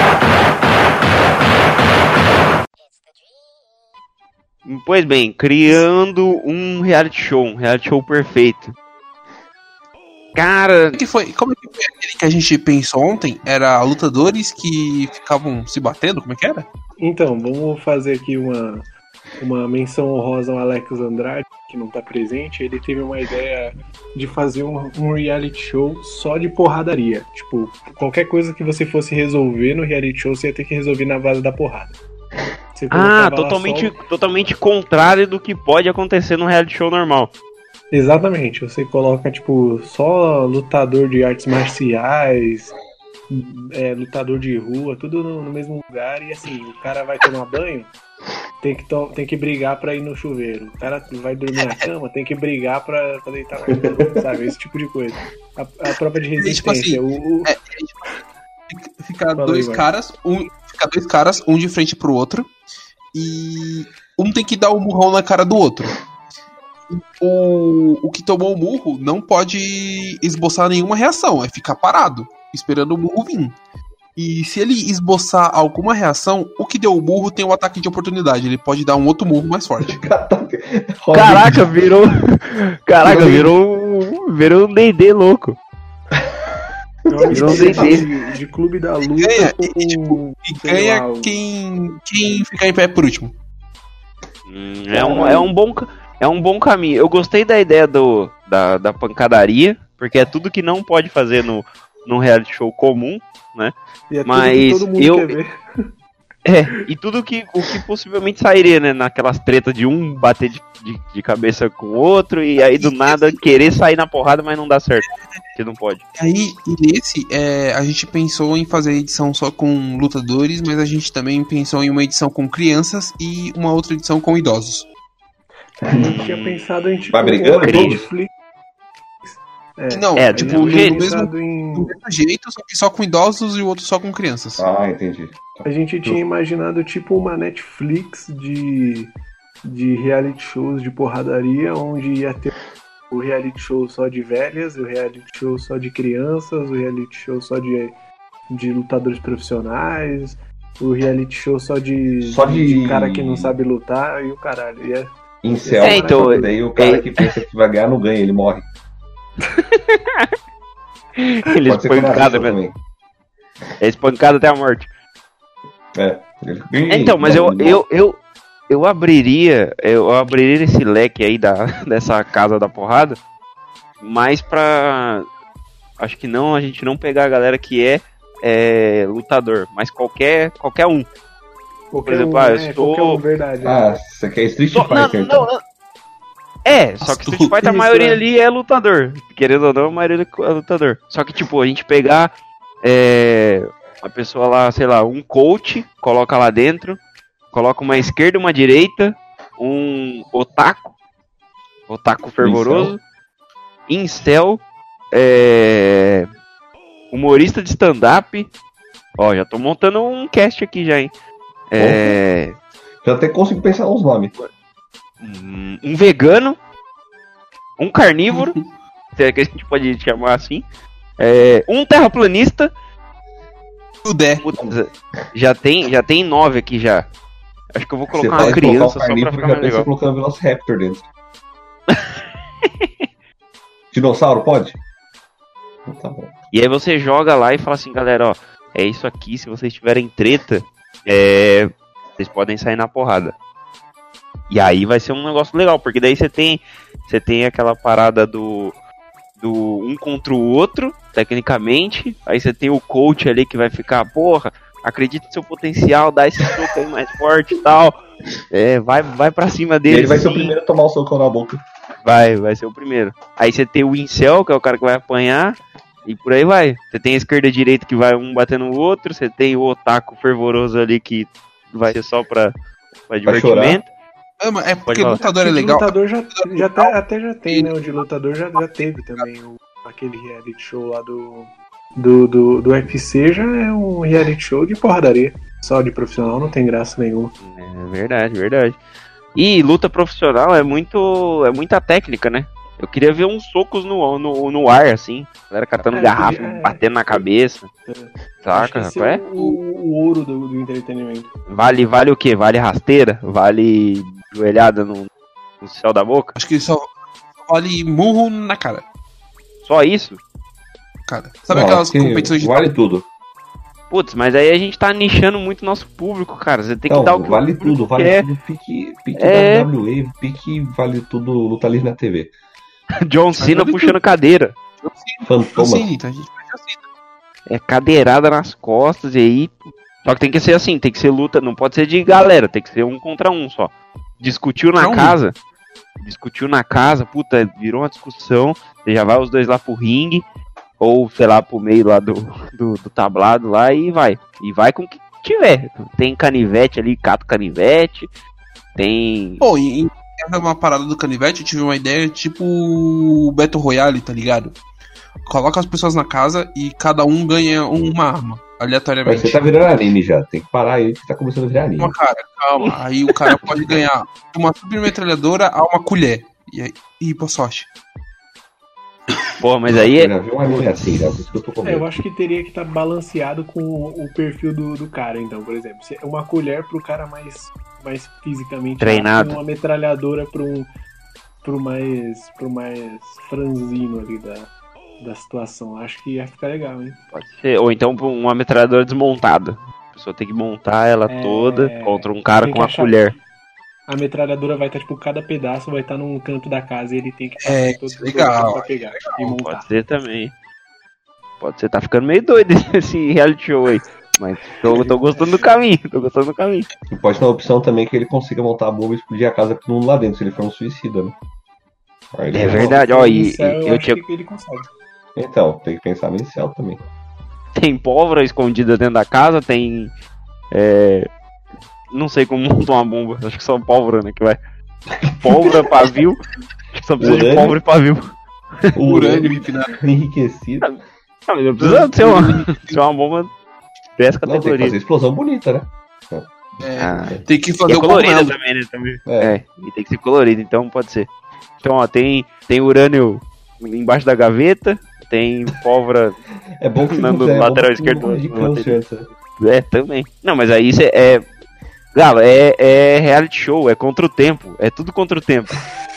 Pois bem, criando um reality show, um reality show perfeito. Cara, Como é que foi, como é que foi aquele que a gente pensou ontem? Era lutadores que ficavam se batendo? Como é que era? Então, vamos fazer aqui uma, uma menção honrosa ao Alex Andrade, que não tá presente. Ele teve uma ideia de fazer um, um reality show só de porradaria. Tipo, qualquer coisa que você fosse resolver no reality show, você ia ter que resolver na base da porrada. Você ah, colocava lá totalmente, só- totalmente contrário do que pode acontecer num reality show normal. Exatamente, você coloca, tipo, só lutador de artes marciais, é, lutador de rua, tudo no, no mesmo lugar, e assim, o cara vai tomar banho, tem que, to- tem que brigar pra ir no chuveiro. O cara vai dormir na cama, tem que brigar pra, pra deitar na cama, sabe? Esse tipo de coisa. A, a prova de E, tipo resistência, assim, o, o- É, fica- fica Fala aí, dois vai. caras, um, fica dois caras, um de frente pro outro, e um tem que dar um murrão na cara do outro. O, o que tomou o murro não pode esboçar nenhuma reação, é ficar parado, esperando o murro vir. E se ele esboçar alguma reação, o que deu o murro tem um ataque de oportunidade, ele pode dar um outro murro mais forte. Caraca, virou. Caraca, virou. Virou um D D louco. é uma Virou um mistura D D. de, de clube da luta ganha, com, e, tipo, E sei ganha lá, o- quem, quem ficar em pé por último. Hum, é, um, é, um bom, ca- é um bom caminho. Eu gostei da ideia do, da, da pancadaria, porque é tudo que não pode fazer no, num reality show comum, né? e é tudo mas que todo mundo eu- quer ver. É, e tudo que o que possivelmente sairia, né? Naquelas tretas de um bater de, de, de cabeça com o outro e aí do nada querer sair na porrada, mas não dá certo. Porque não pode. Aí, e nesse, é, a gente pensou em fazer edição só com lutadores, mas a gente também pensou em uma edição com crianças e uma outra edição com idosos. A gente tinha pensado em tipo Vai brigando, uma tudo? Netflix. É, Não, É, tipo, do no, jeito. no mesmo, pensado em- do mesmo jeito, só que só com idosos e o outro só com crianças. Ah, entendi. A gente tinha imaginado tipo uma Netflix de, de reality shows de porradaria, onde ia ter o reality show só de velhas, o reality show só de crianças, o reality show só de, de lutadores profissionais, o reality show só de, Só de- cara que não sabe lutar e o caralho. E é- Incel, É, então, né? Daí o cara é- que pensa que vai ganhar não ganha, ele morre. Ele Pode ser com espancado, nazista velho. também. É espancado até a morte. É. Ele... Então, mas eu, Não, eu, eu, eu abriria. Eu abriria esse leque aí da, dessa casa da porrada. Mais pra. Acho que não, a gente não pegar a galera que é, é lutador, mas qualquer, qualquer um. Qualquer exemplo, um, ah, eu é, estou- qualquer um, verdade. Ah, você quer Street Só- não, Fighter, não, então. não, É, só que Street Fighter a maioria ali é lutador. Querendo ou não, a maioria é lutador. Só que, tipo, a gente pegar é, a pessoa lá, sei lá, um coach, coloca lá dentro, coloca uma esquerda e uma direita, um otaku, otaku fervoroso, incel, é, humorista de stand-up. Ó, já tô montando um cast aqui já, hein. É... Já até consigo pensar uns nomes. Um, um vegano, um carnívoro, se é que a gente pode chamar assim, é, um terraplanista. Putz, já tem, já tem nove aqui já. Acho que eu vou colocar uma criança só pra ficar mais legal. Colocando Velociraptor dentro. Dinossauro pode? Tá bom. E aí você joga lá e fala assim, galera, ó, é isso aqui, se vocês tiverem treta, é, vocês podem sair na porrada. E aí vai ser um negócio legal, porque daí você tem, você tem aquela parada do, do um contra o outro, tecnicamente. Aí você tem o coach ali que vai ficar, porra, acredita no seu potencial, dá esse soco aí mais forte e tal. É, vai, vai pra cima dele. E ele vai ser o primeiro a tomar o soco na boca. Vai, vai ser o primeiro. Aí você tem o incel, que é o cara que vai apanhar, e por aí vai. Você tem a esquerda e a direita que vai um batendo no outro, você tem o otaku fervoroso ali que vai ser só pra, pra divertimento. É porque lutador é legal. Lutador já, já tá, até já tem, né? O de lutador já, já teve também. O, aquele reality show lá do, do, do, do U F C já é um reality show de porradaria. Só de profissional não tem graça nenhuma. É verdade, verdade. E luta profissional é muito. É muita técnica, né? Eu queria ver uns socos no, no, no ar, assim. A galera catando é, garrafa, é, batendo na cabeça. É. Saca, rapaz? É o, o ouro do, do entretenimento. Vale, vale o quê? Vale rasteira? Vale joelhada no, no céu da boca? Acho que só vale murro na cara. Só isso? Cara, sabe não, aquelas competições de... Vale tudo. Putz, mas aí a gente tá nichando muito nosso público, cara. Você tem que não, dar o que vale o tudo, vale quer. tudo. Pique, pique é... W W E, pique vale tudo luta livre na T V. John Cena puxando tudo. Cadeira. Fantoma. Então a gente faz assim. É cadeirada nas costas e aí... Só que tem que ser assim, tem que ser luta, não pode ser de galera, tem que ser um contra um só. Discutiu na casa, discutiu na casa, puta, virou uma discussão, você já vai os dois lá pro ringue, ou sei lá, pro meio lá do, do, do tablado lá e vai. E vai com o que tiver. Tem canivete ali, cato canivete, tem... Pô, e, e uma parada do canivete, eu tive uma ideia tipo Battle Royale, tá ligado? Coloca as pessoas na casa e cada um ganha uma arma, aleatoriamente. Mas você tá virando anime já, tem que parar aí que tá começando a virar anime. Calma, cara, calma. Aí o cara pode ganhar uma super metralhadora a uma colher. E aí, e boa sorte. Pô, mas aí é... Já viu um anime assim, já, por isso que eu tô com medo. É, eu acho que teria que estar tá balanceado com o perfil do, do cara, então, por exemplo. Uma colher pro cara mais, mais fisicamente treinado. Uma metralhadora pro, um, pro mais pro mais franzino ali da, da situação. Acho que ia ficar legal, hein? Pode ser. Ou então uma metralhadora desmontada. A pessoa tem que montar ela é... toda contra um cara com uma achar... colher. A metralhadora vai estar, tá, tipo, cada pedaço vai estar tá num canto da casa e ele tem que é, todos os legal, pra pegar legal. E montar. Pode ser também. Pode ser, tá ficando meio doido esse reality show aí. Mas tô, tô gostando do caminho, tô gostando do caminho. E pode ter uma opção também que ele consiga montar a bomba e explodir a casa com todo mundo lá dentro, se ele for um suicida, né? Aí é verdade, ó, e, céu, eu, eu eu tinha... que ele consegue. Então, tem que pensar no céu também. Tem pólvora escondida dentro da casa, tem... É... Não sei como montar uma bomba, acho que só pólvora, né, que vai... Pólvora, pavio, acho que só precisa urânio. De pólvora e pavio. O urânio enriquecido. Não, mas não precisa ser uma, ser uma bomba dessa categoria. Tem que fazer explosão bonita, né? É, ah, tem que fazer é o colorida também, né? Também. É. é, e tem que ser colorido, então pode ser. Então, ó, tem, tem urânio embaixo da gaveta, tem pólvora é bom que no quiser, lateral é esquerdo. De câncer, é, também. Não, mas aí você é... Galo, é, é reality show, é contra o tempo, é tudo contra o tempo.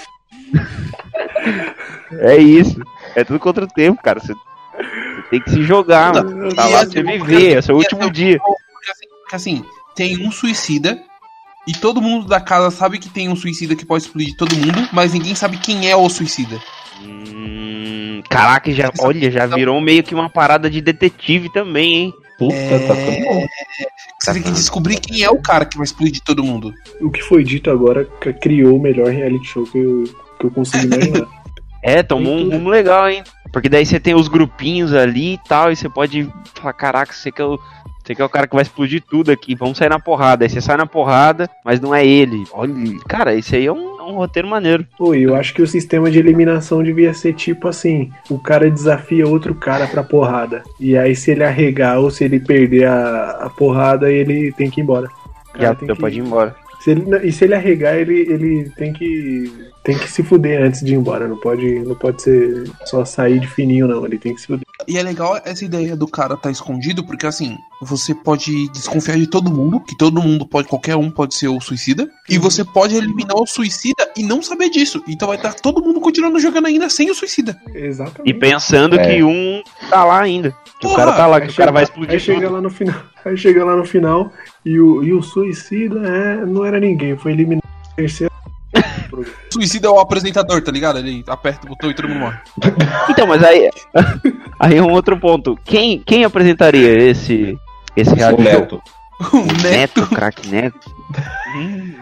É isso, é tudo contra o tempo, cara. Você, você tem que se jogar, não, mano. Tá lá pra você viver, é seu último dia. Porque assim, porque assim, tem um suicida e todo mundo da casa sabe que tem um suicida que pode explodir todo mundo, mas ninguém sabe quem é o suicida. Hum, caraca, já, olha, já virou meio que uma parada de detetive também, hein? Puta, é... tá ficando bom. Você tem que descobrir quem é o cara que vai explodir todo mundo. O que foi dito agora criou o melhor reality show que eu, que eu consigo imaginar. É, tomou um rumo legal, hein? Porque daí você tem os grupinhos ali e tal, e você pode falar, caraca, você que é o, você que é o cara que vai explodir tudo aqui, vamos sair na porrada. Aí você sai na porrada, mas não é ele. Olha, cara, isso aí é um, é um roteiro maneiro. Pô, eu acho que o sistema de eliminação devia ser tipo assim, o cara desafia outro cara pra porrada. E aí se ele arregar ou se ele perder a, a porrada, ele tem que ir embora. O cara Já tem pode que... ir embora. Se ele, e se ele arregar, ele, ele tem que tem que se fuder antes de ir embora. Não pode, não pode ser só sair de fininho, não. Ele tem que se fuder. E é legal essa ideia do cara tá escondido, porque assim, você pode desconfiar de todo mundo, que todo mundo pode, qualquer um pode ser o suicida, e você pode eliminar o suicida e não saber disso. Então vai estar todo mundo continuando jogando ainda sem o suicida. Exatamente. E pensando É. que um tá lá ainda. Que Porra! o cara tá lá, que Aí o cara chega- vai explodir Aí chega tudo. lá no final. Aí chega lá no final e o, e o suicida é, não era ninguém, foi eliminado no terceiro. O suicida é o apresentador, tá ligado? Ele aperta o botão e todo mundo morre. Então, mas aí. Aí é um outro ponto. Quem, quem apresentaria esse, esse O reality show? Neto. O Neto, Neto. craque Neto. Hum.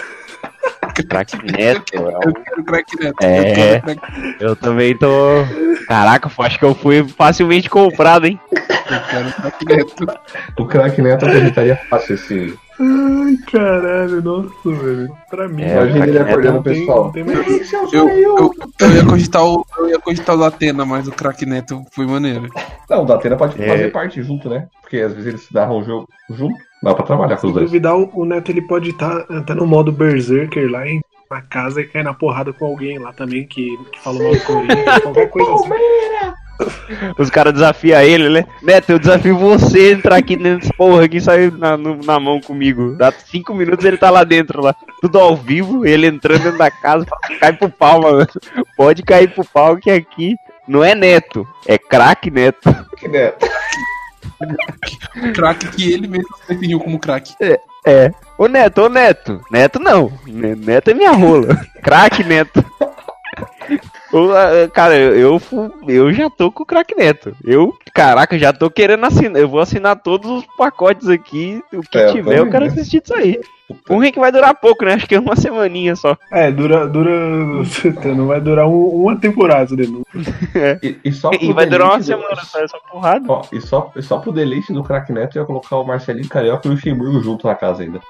Craque Neto. é um- Eu quero o craque Neto. É. Eu quero o craque- Eu também tô. Caraca, acho que eu fui facilmente comprado, hein? eu quero o craque Neto. O craque Neto apresentaria fácil esse. Ai, caralho, nossa, velho. Pra mim, É, Imagina o ele craque acordando não o tem, pessoal. não tem mais. Eu, eu, eu ia cogitar o, eu ia cogitar o da Atena, mas o craque Neto foi maneiro. Não, o Datena pode É. fazer parte junto, né? Porque às vezes eles se narram o jogo junto. Dá pra trabalhar com Se os dois. duvidar, o, o Neto ele pode estar tá no modo Berserker lá em, na casa e cair na porrada com alguém lá também que, que fala mal do Corinthians, qualquer coisa assim. Os caras desafiam ele, né? Neto, eu desafio você a entrar aqui nessa porra aqui e sair na, no- na mão comigo. Dá cinco minutos ele tá lá dentro, lá. Tudo ao vivo, ele entrando dentro da casa, fala, cai pro pau, mano. Pode cair pro pau que aqui não é Neto, é craque Neto. Que Neto. Craque que ele mesmo definiu como craque. É. Ô Neto, ô Neto. Neto não. Ne- Neto é minha rola. Craque Neto. Ô, ah, cara, eu, eu, fu- eu já tô com o Craque Neto. Eu, caraca, já tô querendo assinar. Eu vou assinar todos os pacotes aqui. O que É, eu tiver, eu também, quero né? assistir isso aí. O ruim é que vai durar pouco, né? Acho que é uma semaninha só. É, dura. dura não vai durar um- uma temporada de novo. E, e só pro E vai durar uma deleite do- semana só, essa porrada. Ó, e só, e só pro deleite do craque Neto eu ia colocar o Marcelinho Carioca e o Luxemburgo junto na casa ainda.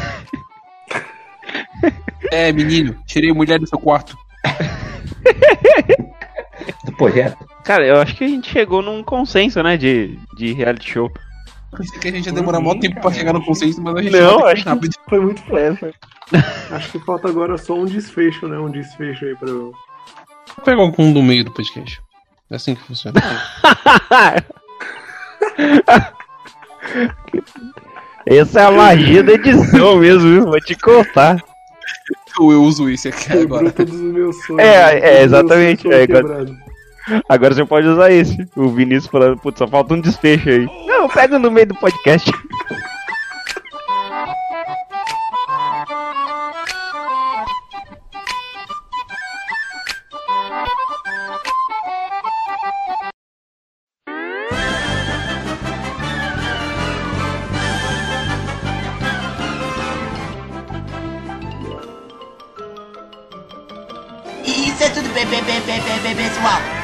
É, menino, tirei mulher do seu quarto. Do projeto. Cara, eu acho que a gente chegou num consenso, né? De, de reality show. Pensei que a gente ia demorar mó tempo pra chegar no consenso, mas a gente Não, vai acho que- rápido. Foi muito fácil. Acho que falta agora só um desfecho, né? Um desfecho aí pra eu. Vou pegar algum do meio do podcast. É assim que funciona. Essa é a magia da edição mesmo, viu? Vou te contar. Ou eu uso esse aqui Quebrou agora. todos os meus sonhos. É, é, Todos os meus exatamente, sonhos é, foram agora- quebrados. Agora você pode usar esse. O Vinícius falando, putz, só falta um desfecho aí. Não, pega no meio do podcast. Isso é tudo bem, bem, bem, bem, bem, bem, pessoal.